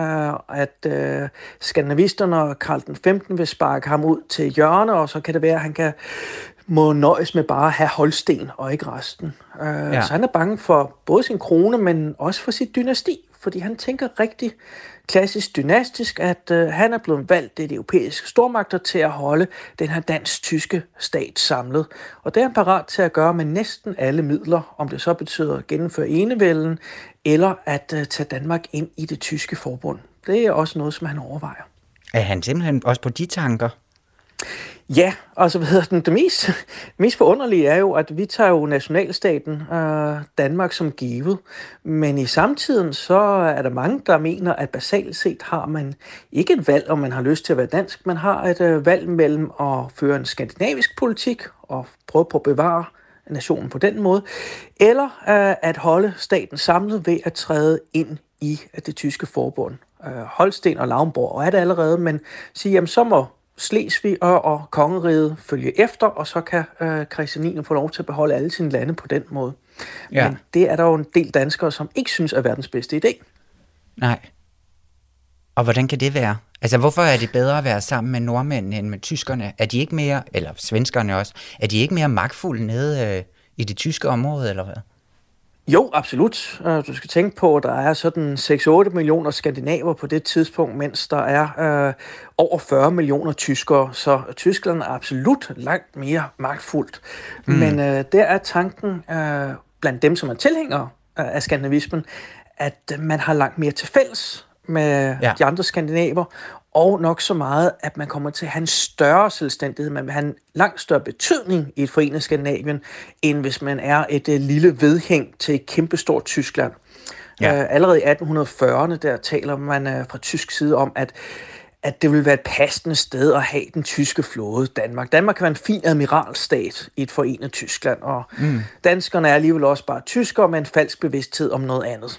At skandinavisterne og Karl den 15. vil sparke ham ud til hjørne, og så kan det være, at han må nøjes med bare at have Holsten og ikke resten. Så han er bange for både sin krone, men også for sit dynasti, fordi han tænker rigtig klassisk dynastisk, at han er blevet valgt af de europæiske stormagter til at holde den her dansk-tyske stat samlet. Og det er han parat til at gøre med næsten alle midler, om det så betyder at gennemføre enevælden, eller at tage Danmark ind i det tyske forbund. Det er også noget, som han overvejer. Er han simpelthen også på de tanker? Ja, altså det mest forunderlige er jo, at vi tager jo nationalstaten Danmark som givet, men i samtiden så er der mange, der mener, at basalt set har man ikke et valg, om man har lyst til at være dansk, man har et valg mellem at føre en skandinavisk politik og prøve på at bevare nationen på den måde, eller at holde staten samlet ved at træde ind i det tyske forbund. Holsten og Lauenborg er det allerede, men sige, jamen så må Slesvig og kongeriget følge efter, og så kan Christian 9. få lov til at beholde alle sine lande på den måde. Ja. Men det er der jo en del danskere, som ikke synes er verdens bedste idé. Nej. Og hvordan kan det være? Altså, hvorfor er det bedre at være sammen med nordmændene end med tyskerne? Er de ikke mere, eller svenskerne også, er de ikke mere magtfulde nede i det tyske område, eller hvad? Jo, absolut. Du skal tænke på, at der er sådan 6-8 millioner skandinaver på det tidspunkt, mens der er over 40 millioner tyskere. Så Tyskland er absolut langt mere magtfuldt. Men der er tanken blandt dem, som er tilhængere af skandinavismen, at man har langt mere til fælles med de andre skandinaver, og nok så meget, at man kommer til at have en større selvstændighed, man vil have en langt større betydning i et forenet Skandinavien, end hvis man er et lille vedhæng til et kæmpestort Tyskland. Ja. Allerede i 1840'erne, der taler man fra tysk side om, at det vil være et passende sted at have den tyske flåde, Danmark. Danmark kan være en fin admiralstat i et forenet Tyskland, og danskerne er alligevel også bare tyskere med en falsk bevidsthed om noget andet.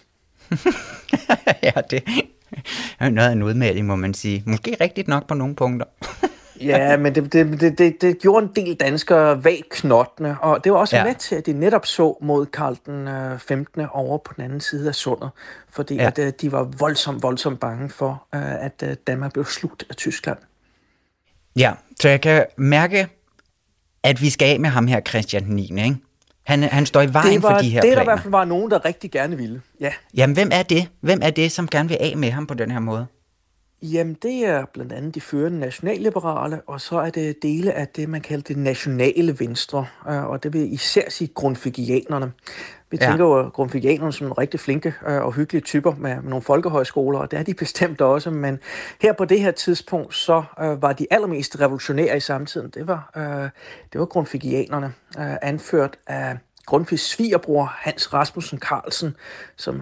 Ja, det er noget af en udmelding, må man sige. Måske rigtigt nok på nogle punkter. Ja, men det gjorde en del danskere vagt knottene, og det var også med til, at de netop så mod Karl den 15. over på den anden side af sundet, fordi at de var voldsomt bange for, at Danmark blev slugt af Tyskland. Ja, så jeg kan mærke, at vi skal af med ham her, Christian 9., ikke? Han står i vejen for de her planer. Det der i hvert fald var nogen, der rigtig gerne ville. Ja. Jamen, hvem er det? Hvem er det, som gerne vil af med ham på den her måde? Jamen, det er blandt andet de førende nationalliberale, og så er det dele af det, man kalder det nationale venstre, og det vil især sige grundtvigianerne. Vi tænker jo grundtvigianerne som nogle rigtig flinke og hyggelige typer med nogle folkehøjskoler, og det er de bestemt også, men her på det her tidspunkt, så var de allermest revolutionære i samtiden. Det var grundtvigianerne, anført af Grundtvigs svigerbror Hans Rasmussen Carlsen, som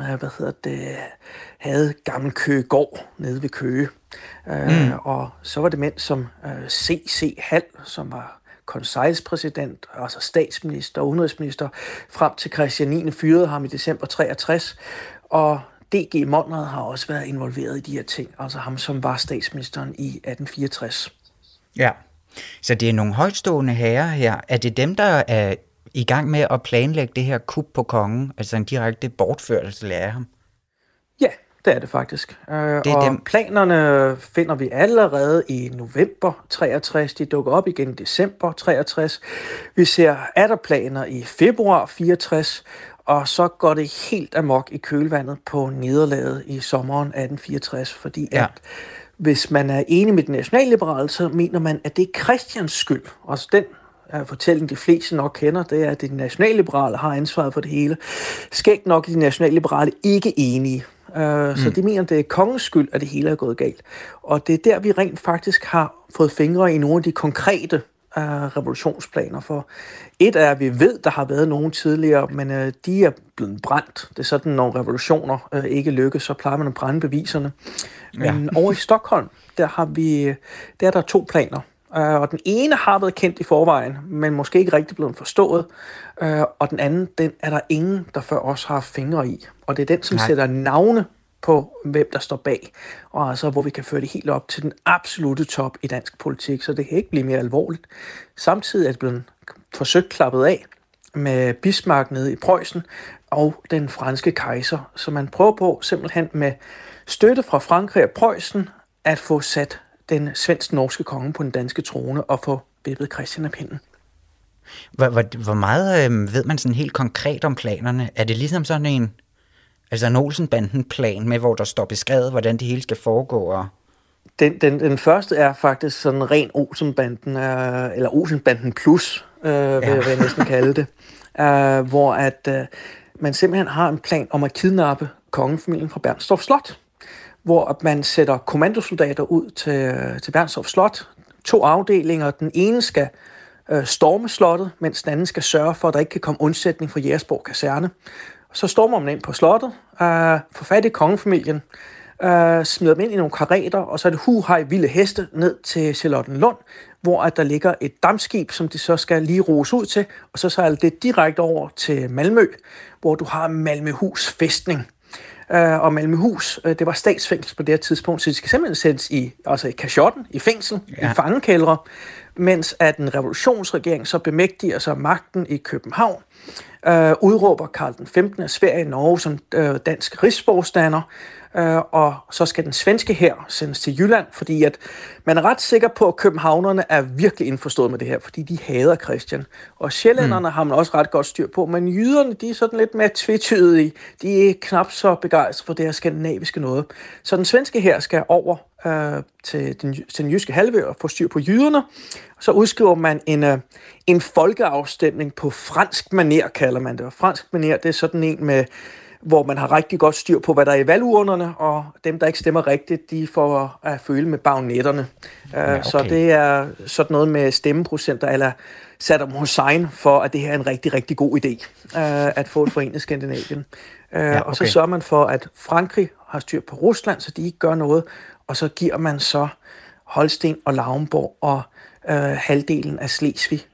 havde Gammel Køge Gård nede ved Køge. Og så var det mænd som C.C. Hald, som var konseilspræsident, altså statsminister og udenrigsminister, frem til Christian 9. fyrede ham i december 63. Og D.G. Monrad har også været involveret i de her ting, altså ham, som var statsministeren i 1864. Ja, så det er nogle højtstående herrer her. Er det dem, der er i gang med at planlægge det her kup på kongen, altså en direkte bortførelse af ham? Ja, det er det faktisk. Planerne finder vi allerede i november 63. De dukker op igen i december 63. Vi ser atterplaner i februar 64, og så går det helt amok i kølvandet på nederlaget i sommeren 1864, fordi at hvis man er enig med den nationalliberale, så mener man, at det er Christians skyld. Altså den fortælling, de fleste nok kender, det er, at de nationalliberale har ansvaret for det hele. Skægt nok de nationalliberale ikke enige. Så de mener, at det er kongens skyld, at det hele er gået galt. Og det er der, vi rent faktisk har fået fingre i nogle af de konkrete revolutionsplaner. For et er, at vi ved, der har været nogen tidligere, men de er blevet brændt. Det er sådan, når revolutioner ikke lykkes, så plejer man at brænde beviserne. Men over i Stockholm, der er der 2 planer. Og den ene har været kendt i forvejen, men måske ikke rigtig blevet forstået. Og den anden, den er der ingen, der før også har fingre i. Og det er den, som sætter navne på, hvem der står bag. Og altså, hvor vi kan føre det helt op til den absolute top i dansk politik. Så det kan ikke blive mere alvorligt. Samtidig er det blevet forsøgt klappet af med Bismarck nede i Preussen og den franske kejser. Så man prøver på simpelthen med støtte fra Frankrig og Preussen at få sat den svensk-norske konge på den danske trone og få vippet Christian af pinden. Hvor meget ved man sådan helt konkret om planerne? Er det ligesom sådan en Olsen-banden-plan med, hvor der står beskrevet, hvordan det hele skal foregå? Og Den første er faktisk sådan ren Olsen-banden, eller Olsen-banden plus, vil jeg næsten kalde det, hvor at man simpelthen har en plan om at kidnappe kongefamilien fra Bernstorff Slot, hvor man sætter kommandosoldater ud til Bernstorff Slot. 2 afdelinger. Den ene skal storme slottet, mens den anden skal sørge for, at der ikke kan komme undsætning fra Jægersborg Kaserne. Så stormer man ind på slottet, får fat i kongefamilien, smider dem ind i nogle karetter, og så er det huhej vilde heste ned til Charlottenlund, hvor at der ligger et dampskib, som de så skal lige rose ud til, og så sejler det direkte over til Malmø, hvor du har Malmøhus fæstning. Og Malmøhus, det var statsfængsel på det her tidspunkt, så de skal simpelthen sættes i kasjotten, i fængsel, i fangekældre, mens at en revolutionsregering så bemægtiger sig magten i København, udråber Karl den 15. af Sverige og Norge som dansk rigsforstander, og så skal den svenske hær sendes til Jylland, fordi at man er ret sikker på, at københavnerne er virkelig indforstået med det her, fordi de hader Christian. Og sjællænderne har man også ret godt styr på, men jyderne, de er sådan lidt mere tvetydige. De er knap så begejstrede for det her skandinaviske noget. Så den svenske hær skal over til den jyske halvø og få styr på jyderne. Så udskriver man en folkeafstemning på fransk manér, kalder man det. Og fransk manér, det er sådan en med hvor man har rigtig godt styr på, hvad der er i valgurnerne, og dem, der ikke stemmer rigtigt, de får at føle med bagnetterne. Okay. Så det er sådan noget med stemmeprocenter, eller Saddam Hussein, for at det her er en rigtig, rigtig god idé, at få et forenet Skandinavien. Okay. Og så sørger man for, at Frankrig har styr på Rusland, så de ikke gør noget, og så giver man så Holsten og Lauenborg og halvdelen af Slesvig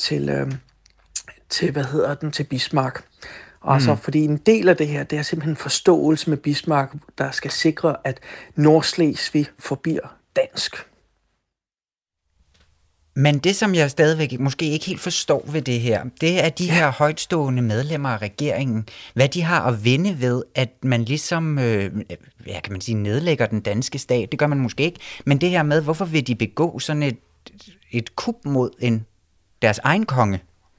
til Bismarck. Og så fordi en del af det her, det er simpelthen forståelse med Bismarck, der skal sikre, at Nordslesvig forbliver dansk. Men det, som jeg stadigvæk måske ikke helt forstår ved det her, det er de her højtstående medlemmer af regeringen, hvad de har at vinde ved, at man ligesom, kan man sige, nedlægger den danske stat. Det gør man måske ikke. Men det her med, hvorfor vil de begå sådan et kup mod deres egen konge?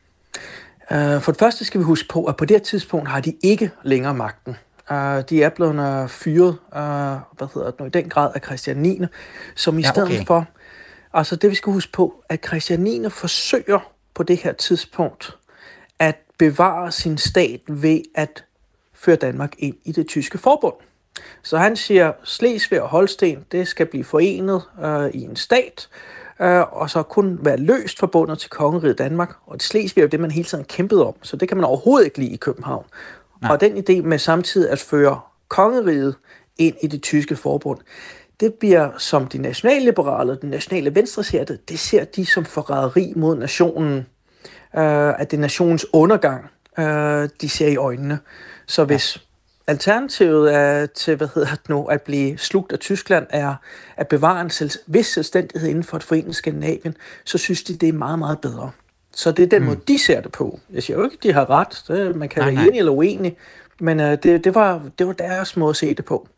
For det første skal vi huske på, at på det her tidspunkt har de ikke længere magten. De er blevet fyret, i den grad af Christian 9., som i stedet for. Altså det vi skal huske på, at Christian 9. forsøger på det her tidspunkt at bevare sin stat ved at føre Danmark ind i det tyske forbund. Så han siger, Slesvig og Holsten, det skal blive forenet i en stat, og så kun være løst forbundet til kongeriget Danmark. Og Slesvig er jo det, man hele tiden kæmpede om, så det kan man overhovedet ikke lide i København. Nej. Og den idé med samtidig at føre kongeriget ind i det tyske forbund, det bliver som de nationalliberale, den nationale venstre ser det ser de som forræderi mod nationen, at det er nationens undergang, de ser i øjnene. Så hvis alternativet er til, at blive slugt af Tyskland, er at bevare en vis selvstændighed inden for et forenet Skandinavien, så synes de, det er meget, meget bedre. Så det er den måde, de ser det på. Jeg siger jo ikke, de har ret. Man kan være enig eller uenig, men det var deres måde at se det på.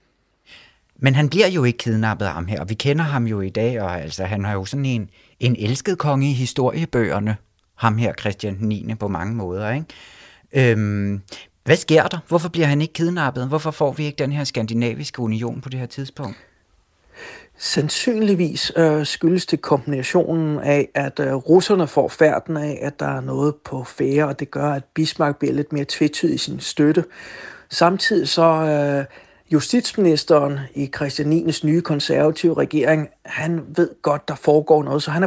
Men han bliver jo ikke kidnappet af ham her, og vi kender ham jo i dag, og altså, han har jo sådan en elsket konge i historiebøgerne, ham her, Christian 9. på mange måder, ikke? Hvad sker der? Hvorfor bliver han ikke kidnappet? Hvorfor får vi ikke den her skandinaviske union på det her tidspunkt? Sandsynligvis skyldes det kombinationen af, at russerne får færden af, at der er noget på færde, og det gør, at Bismarck bliver lidt mere tvetydig i sin støtte. Samtidig så justitsministeren i Christian 9's nye konservative regering, han ved godt, der foregår noget, så han er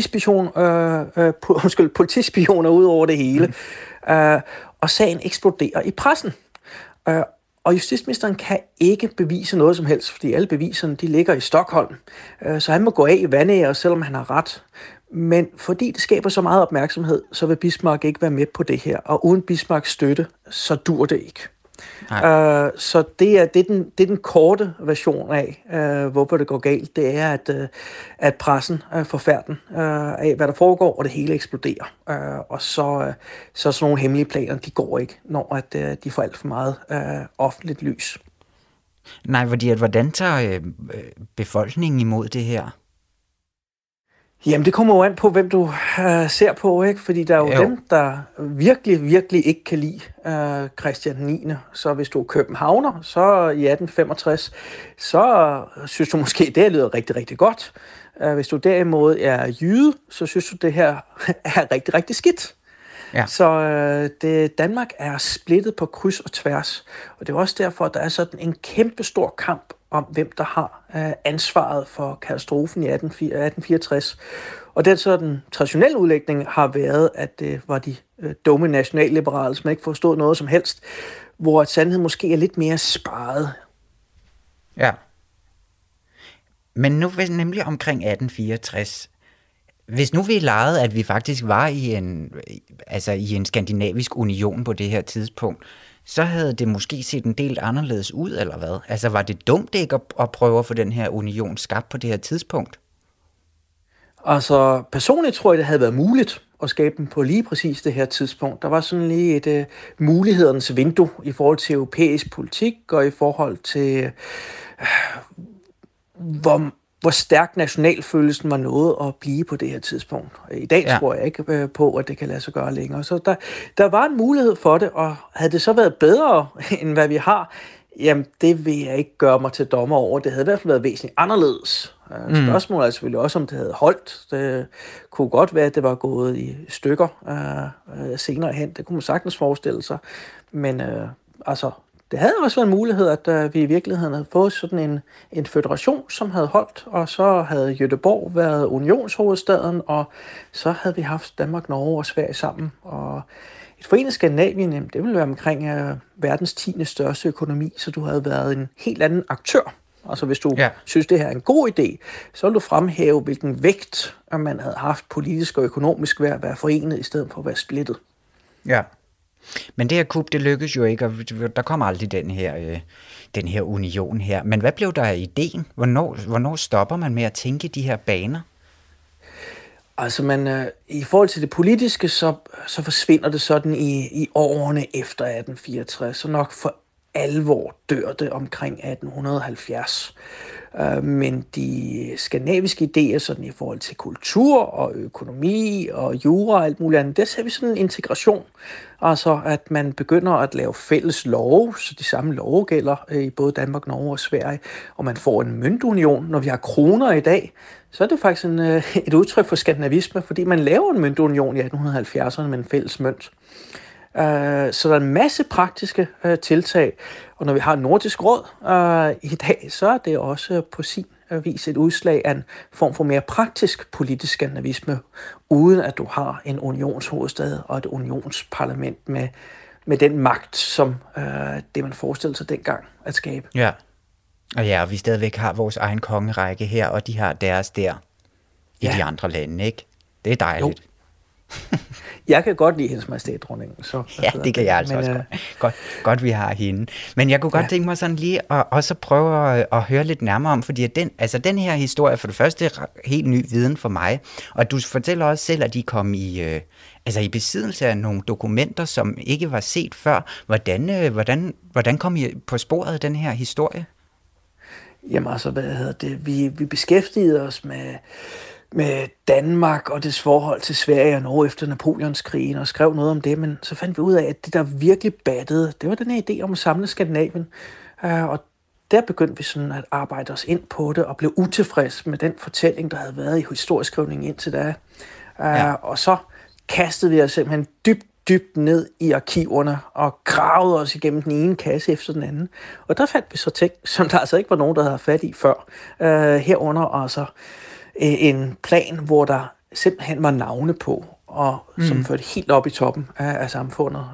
politispioner ud over det hele. Og sagen eksploderer i pressen. Og justitsministeren kan ikke bevise noget som helst, fordi alle beviserne de ligger i Stockholm. Så han må gå af i vandære, selvom han har ret. Men fordi det skaber så meget opmærksomhed, så vil Bismarck ikke være med på det her. Og uden Bismarcks støtte, så dur det ikke. Så det er den korte version af, hvorfor det går galt. Det er, at pressen får færden af, hvad der foregår, og det hele eksploderer. Og så sådan nogle hemmelige planer, de går ikke, når de får alt for meget offentligt lys. Nej, fordi hvordan tager befolkningen imod det her? Jamen, det kommer jo an på, hvem du ser på, ikke? Fordi der er jo dem, der virkelig, virkelig ikke kan lide Christian 9. Så hvis du er københavner, så i 1865, så synes du måske, det lyder rigtig, rigtig godt. Hvis du derimod er jyde, så synes du, det her er rigtig, rigtig skidt. Ja. Så Danmark er splittet på kryds og tværs. Og det er også derfor, at der er sådan en kæmpe stor kamp om, hvem der har ansvaret for katastrofen i 1864. Og den traditionelle udlægning har været, at det var de dumme nationalliberale, som ikke forstod noget som helst, hvor sandheden måske er lidt mere sparet. Ja. Men nu nemlig omkring 1864. Hvis nu vi legede, at vi faktisk var i en skandinavisk union på det her tidspunkt, så havde det måske set en del anderledes ud, eller hvad? Altså, var det dumt ikke at prøve at få den her union skabt på det her tidspunkt? Altså, personligt tror jeg, det havde været muligt at skabe den på lige præcis det her tidspunkt. Der var sådan lige et mulighedernes vindue i forhold til europæisk politik, og i forhold til, hvor stærk nationalfølelsen var nået at blive på det her tidspunkt. I dag tror jeg ikke på, at det kan lade sig gøre længere. Så der var en mulighed for det, og havde det så været bedre, end hvad vi har, jamen det vil jeg ikke gøre mig til dommer over. Det havde i hvert fald været væsentligt anderledes. Spørgsmålet er selvfølgelig også, om det havde holdt. Det kunne godt være, at det var gået i stykker senere hen. Det kunne man sagtens forestille sig. Men altså, det havde også været en mulighed, at vi i virkeligheden havde fået sådan en føderation, som havde holdt, og så havde Göteborg været unionshovedstaden, og så havde vi haft Danmark, Norge og Sverige sammen. Og et forenet Skandinavien, det ville være omkring verdens 10. største økonomi, så du havde været en helt anden aktør. Altså hvis du synes, det her er en god idé, så vil du fremhæve, hvilken vægt man havde haft politisk og økonomisk ved at være forenet, i stedet for at være splittet. Ja. Men det her kup, det lykkedes jo ikke, og der kom aldrig den her union her. Men hvad blev der af ideen? Hvornår stopper man med at tænke de her baner? Altså i forhold til det politiske, så forsvinder det sådan i årene efter 1864, så nok for alvor dør det omkring 1870. Men de skandinaviske idéer sådan i forhold til kultur og økonomi og jura og alt muligt andet, der ser vi sådan en integration. Altså at man begynder at lave fælles love, så de samme love gælder i både Danmark, Norge og Sverige, og man får en møntunion. Når vi har kroner i dag, så er det faktisk et udtryk for skandinavisme, fordi man laver en møntunion i 1870'erne med en fælles mønt. Så der er en masse praktiske tiltag, og når vi har Nordisk Råd i dag, så er det også på sin vis et udslag af en form for mere praktisk politisk skandinavisme, uden at du har en unionshovedstad og et unionsparlament med den magt, som det man forestillede sig dengang at skabe. Ja, og vi stadigvæk har vores egen kongerække her, og de har deres der i de andre lande, ikke? Det er dejligt. Jo. Jeg kan godt lide hendes majestæt, dronningen. Så, ja, det kan jeg altså også godt, vi har hende. Men jeg kunne godt tænke mig sådan lige at også prøve at høre lidt nærmere om, fordi den her historie, for det første er helt ny viden for mig, og du fortæller også selv, at de kom i besiddelse af nogle dokumenter, som ikke var set før. Hvordan kom I på sporet af den her historie? Jamen altså, vi beskæftigede os med Danmark og dets forhold til Sverige og Norge efter Napoleonskrigen og skrev noget om det, men så fandt vi ud af, at det, der virkelig battede, det var den her idé om at samle Skandinavien. Og der begyndte vi sådan at arbejde os ind på det og blev utilfreds med den fortælling, der havde været i historieskrivningen indtil da. Og så kastede vi os simpelthen dybt ned i arkiverne og gravede os igennem den ene kasse efter den anden. Og der fandt vi så ting, som der altså ikke var nogen, der havde fat i før. Herunder altså en plan, hvor der simpelthen var navne på, og som førte helt op i toppen af samfundet.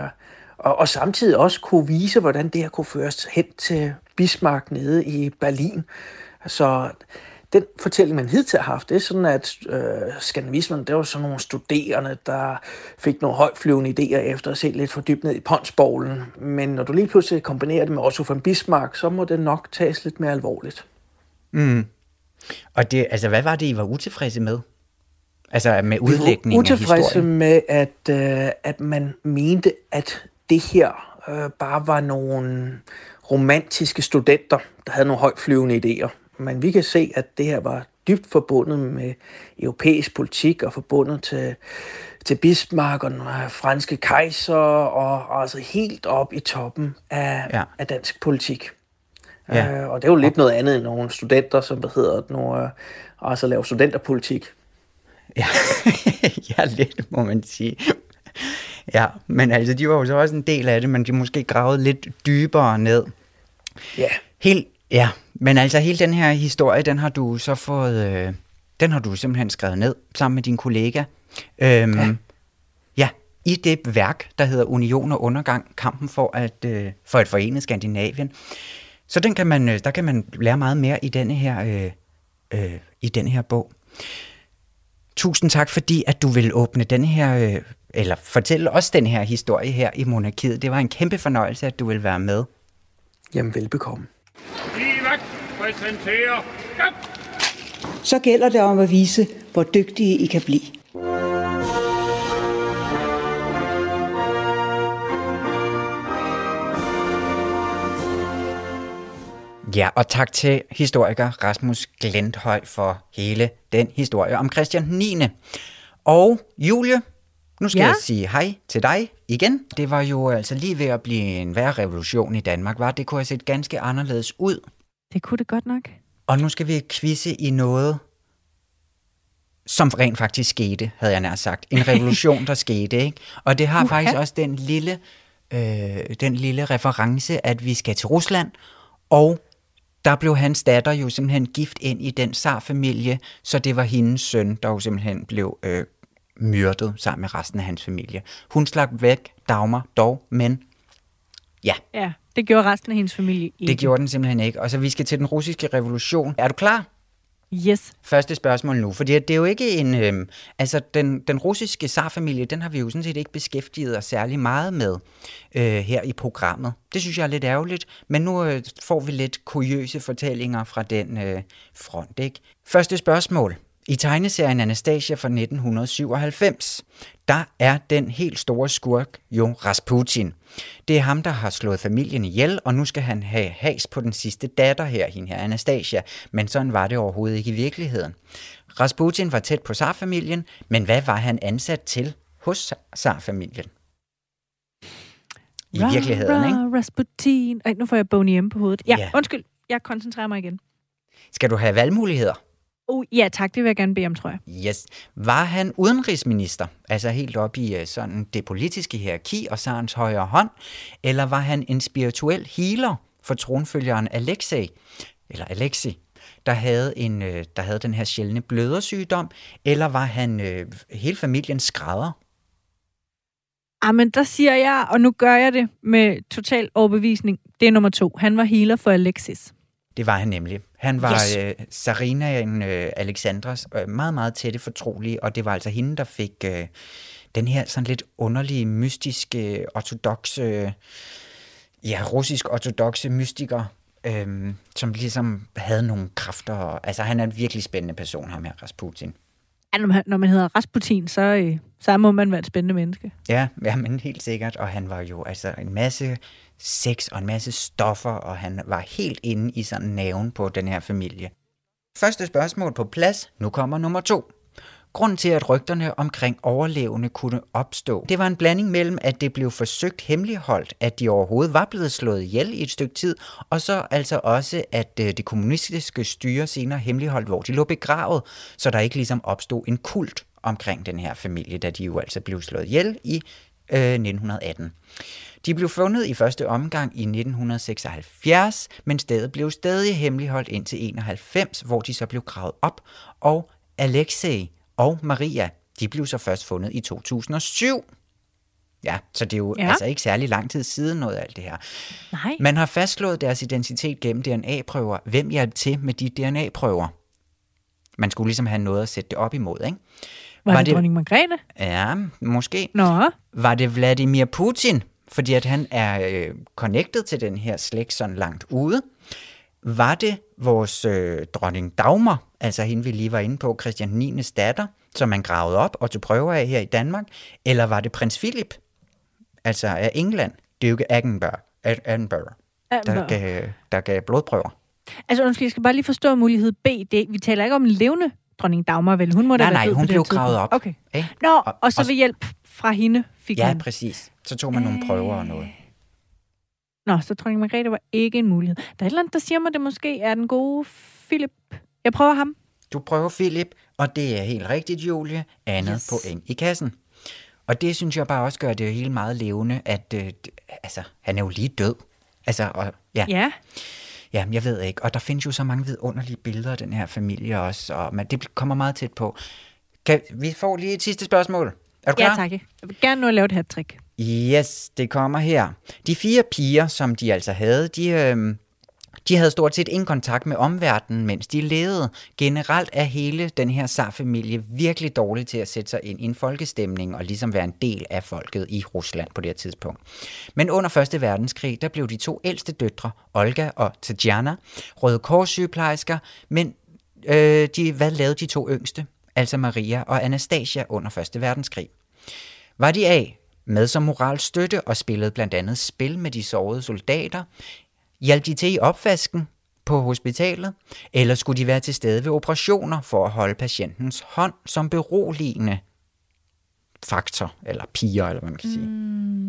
Og samtidig også kunne vise, hvordan det her kunne føres hen til Bismarck nede i Berlin. Så den fortælling, man hidtil har haft, det er sådan, at skandinavismen, det var sådan nogle studerende, der fik nogle højtflyvende idéer efter at se lidt for dybt ned i Ponsbowlen. Men når du lige pludselig kombinerer det med Otto von Bismarck, så må det nok tages lidt mere alvorligt. Mm. Og det, altså, hvad var det, I var utilfredse med? Altså med udlægningen af historien? Utilfredse med, at man mente, at det her bare var nogle romantiske studenter, der havde nogle højtflyvende idéer. Men vi kan se, at det her var dybt forbundet med europæisk politik og forbundet til Bismarck og den franske kejser og altså helt op i toppen af dansk politik. Ja. Og det er jo lidt noget andet end nogle studenter, som altså laver studenterpolitik. Ja, ja, lidt må man sige. Ja, men altså, de var jo så også en del af det, men de måske gravede lidt dybere ned. Ja. Men altså hele den her historie, den har du så fået, den har du simpelthen skrevet ned sammen med din kollega. I det værk, der hedder Union og Undergang, kampen for et forenet Skandinavien. Så der kan man lære meget mere i denne her bog. Tusind tak, fordi at du vil åbne denne her, eller fortælle os den her historie her i Monarkiet. Det var en kæmpe fornøjelse, at du vil være med. Jamen, velbekomme. Så gælder det om at vise, hvor dygtige I kan blive. Ja, og tak til historiker Rasmus Glenthøj for hele den historie om Christian 9. Og Julie, nu skal jeg sige hej til dig igen. Det var jo altså lige ved at blive en værre revolution i Danmark, var det? Kunne have set ganske anderledes ud. Det kunne det godt nok. Og nu skal vi quizze i noget, som rent faktisk skete, havde jeg nær sagt. En revolution, der skete, ikke? Og det har faktisk også den lille den lille reference, at vi skal til Rusland, og der blev hans datter jo simpelthen gift ind i den tsarfamilie, så det var hendes søn, der jo simpelthen blev myrdet sammen med resten af hans familie. Hun slap væk, Dagmar dog, men ja. Ja, det gjorde resten af hendes familie ikke. Det gjorde den simpelthen ikke. Og så vi skal til den russiske revolution. Er du klar? Yes. Første spørgsmål nu, fordi det er jo ikke en... den russiske tsarfamilie, den har vi jo sådan set ikke beskæftiget os særlig meget med her i programmet. Det synes jeg er lidt ærgerligt, men nu får vi lidt kuriøse fortællinger fra den front, ikke? Første spørgsmål. I tegneserien Anastasia fra 1997, der er den helt store skurk jo Rasputin. Det er ham, der har slået familien ihjel, og nu skal han have has på den sidste datter her, hende her Anastasia. Men sådan var det overhovedet ikke i virkeligheden. Rasputin var tæt på tsarfamilien, men hvad var han ansat til hos tsarfamilien? I virkeligheden, ikke? Rasputin. Ej, nu får jeg Boney M på hovedet. Ja, undskyld. Jeg koncentrerer mig igen. Skal du have valgmuligheder? Ja tak, det vil jeg gerne bede om, tror jeg. Yes. Var han udenrigsminister, altså helt op i sådan det politiske hierarki og tsarens højre hånd, eller var han en spirituel healer for tronfølgeren Alexei, der havde den her sjældne blødersygdom, eller var han hele familiens skrædder? Men der siger jeg, og nu gør jeg det med total overbevisning, det er nummer 2. Han var healer for Alexis. Det var han nemlig. Han var Tsarina Alexandras meget, meget tætte fortrolige, og det var altså hende, der fik den her sådan lidt underlige, mystiske, russisk-ortodokse mystiker, som ligesom havde nogle kræfter. Altså, han er en virkelig spændende person, ham her, Rasputin. Ja, når man hedder Rasputin, så må man være et spændende menneske. Ja, men helt sikkert. Og han var jo altså en masse sex og en masse stoffer, og han var helt inde i sådan nerven på den her familie. Første spørgsmål på plads. Nu kommer nummer 2. Grunden til, at rygterne omkring overlevende kunne opstå, det var en blanding mellem, at det blev forsøgt hemmeligholdt, at de overhovedet var blevet slået ihjel i et stykke tid, og så altså også, at det kommunistiske styre senere hemmeligholdt, hvor de lå begravet, så der ikke ligesom opstod en kult omkring den her familie, da de jo altså blev slået ihjel i 1918. De blev fundet i første omgang i 1976, men stedet blev stadig hemmeligholdt indtil 91, hvor de så blev gravet op, og Alexei og Maria, de blev så først fundet i 2007. Ja, så det er jo altså ikke særlig lang tid siden noget af alt det her. Nej. Man har fastslået deres identitet gennem DNA-prøver. Hvem hjalp til med de DNA-prøver? Man skulle ligesom have noget at sætte det op imod, ikke? Var det dronning Margrethe? Ja, måske. Nå. Var det Vladimir Putin? Fordi at han er connected til den her slægt sådan langt ude. Var det vores dronning Dagmar, altså hende vi lige var inde på, Christian 9's datter, som man gravede op og tog prøver af her i Danmark? Eller var det prins Philip, altså af England, Duke Edinburgh, der gav blodprøver? Altså undskyld, jeg skal bare lige forstå mulighed B. Vi taler ikke om en levende dronning Dagmar, vel? Hun må da nej, hun blev gravet op. Okay. Nå, og så ved hjælp fra hende fik ja, man... præcis. Så tog man nogle prøver og noget. Nå, så dronning Margrethe var ikke en mulighed. Der er et eller andet, der siger mig, det måske er den gode Philip. Jeg prøver ham. Du prøver Philip, og det er helt rigtigt, Julie. Andet point i kassen. Og det synes jeg bare også gør det hele meget levende, at han er jo lige død. Ja, jeg ved ikke. Og der findes jo så mange vidunderlige billeder af den her familie også, men det kommer meget tæt på. Vi får lige et sidste spørgsmål. Er du klar? Ja, tak. Jeg vil gerne nu lave et hat-trick. Yes, det kommer her. De 4 piger, som de altså havde, de havde stort set ingen kontakt med omverdenen, mens de levede. Generelt er hele den her tsarfamilie virkelig dårlig til at sætte sig ind i en folkestemning og ligesom være en del af folket i Rusland på det her tidspunkt. Men under 1. verdenskrig, der blev de 2 ældste døtre, Olga og Tatjana, Røde Kors sygeplejersker, men hvad lavede de 2 yngste, altså Maria og Anastasia under 1. verdenskrig? Var de med som moralstøtte og spillede blandt andet spil med de sårede soldater? Hjalp de til i opvasken på hospitalet? Eller skulle de være til stede ved operationer for at holde patientens hånd som beroligende faktor, eller piger, eller hvad man kan sige?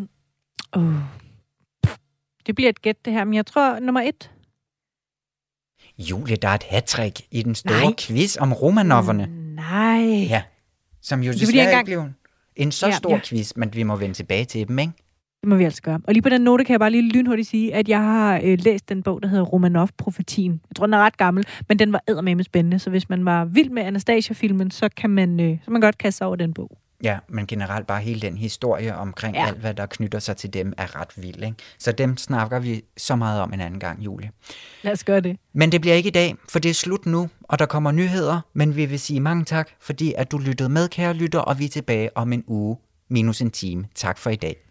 Det bliver et gæt det her, men jeg tror nummer 1. Julie, der er et hattrick i den store quiz om Romanoverne. Nej. Ja, som jo desværre ikke blev en så stor quiz, men vi må vende tilbage til dem, ikke? Det må vi altså gøre. Og lige på den note kan jeg bare lige lynhurtigt sige, at jeg har læst den bog, der hedder Romanov-profetien. Jeg tror, den er ret gammel, men den var eddermame spændende. Så hvis man var vild med Anastasia-filmen, så kan man godt kaste sig over den bog. Ja, men generelt bare hele den historie omkring alt, hvad der knytter sig til dem, er ret vild, ikke? Så dem snakker vi så meget om en anden gang, Julie. Lad os gøre det. Men det bliver ikke i dag, for det er slut nu, og der kommer nyheder, men vi vil sige mange tak, fordi at du lyttede med, kære lytter, og vi er tilbage om en uge minus en time. Tak for i dag.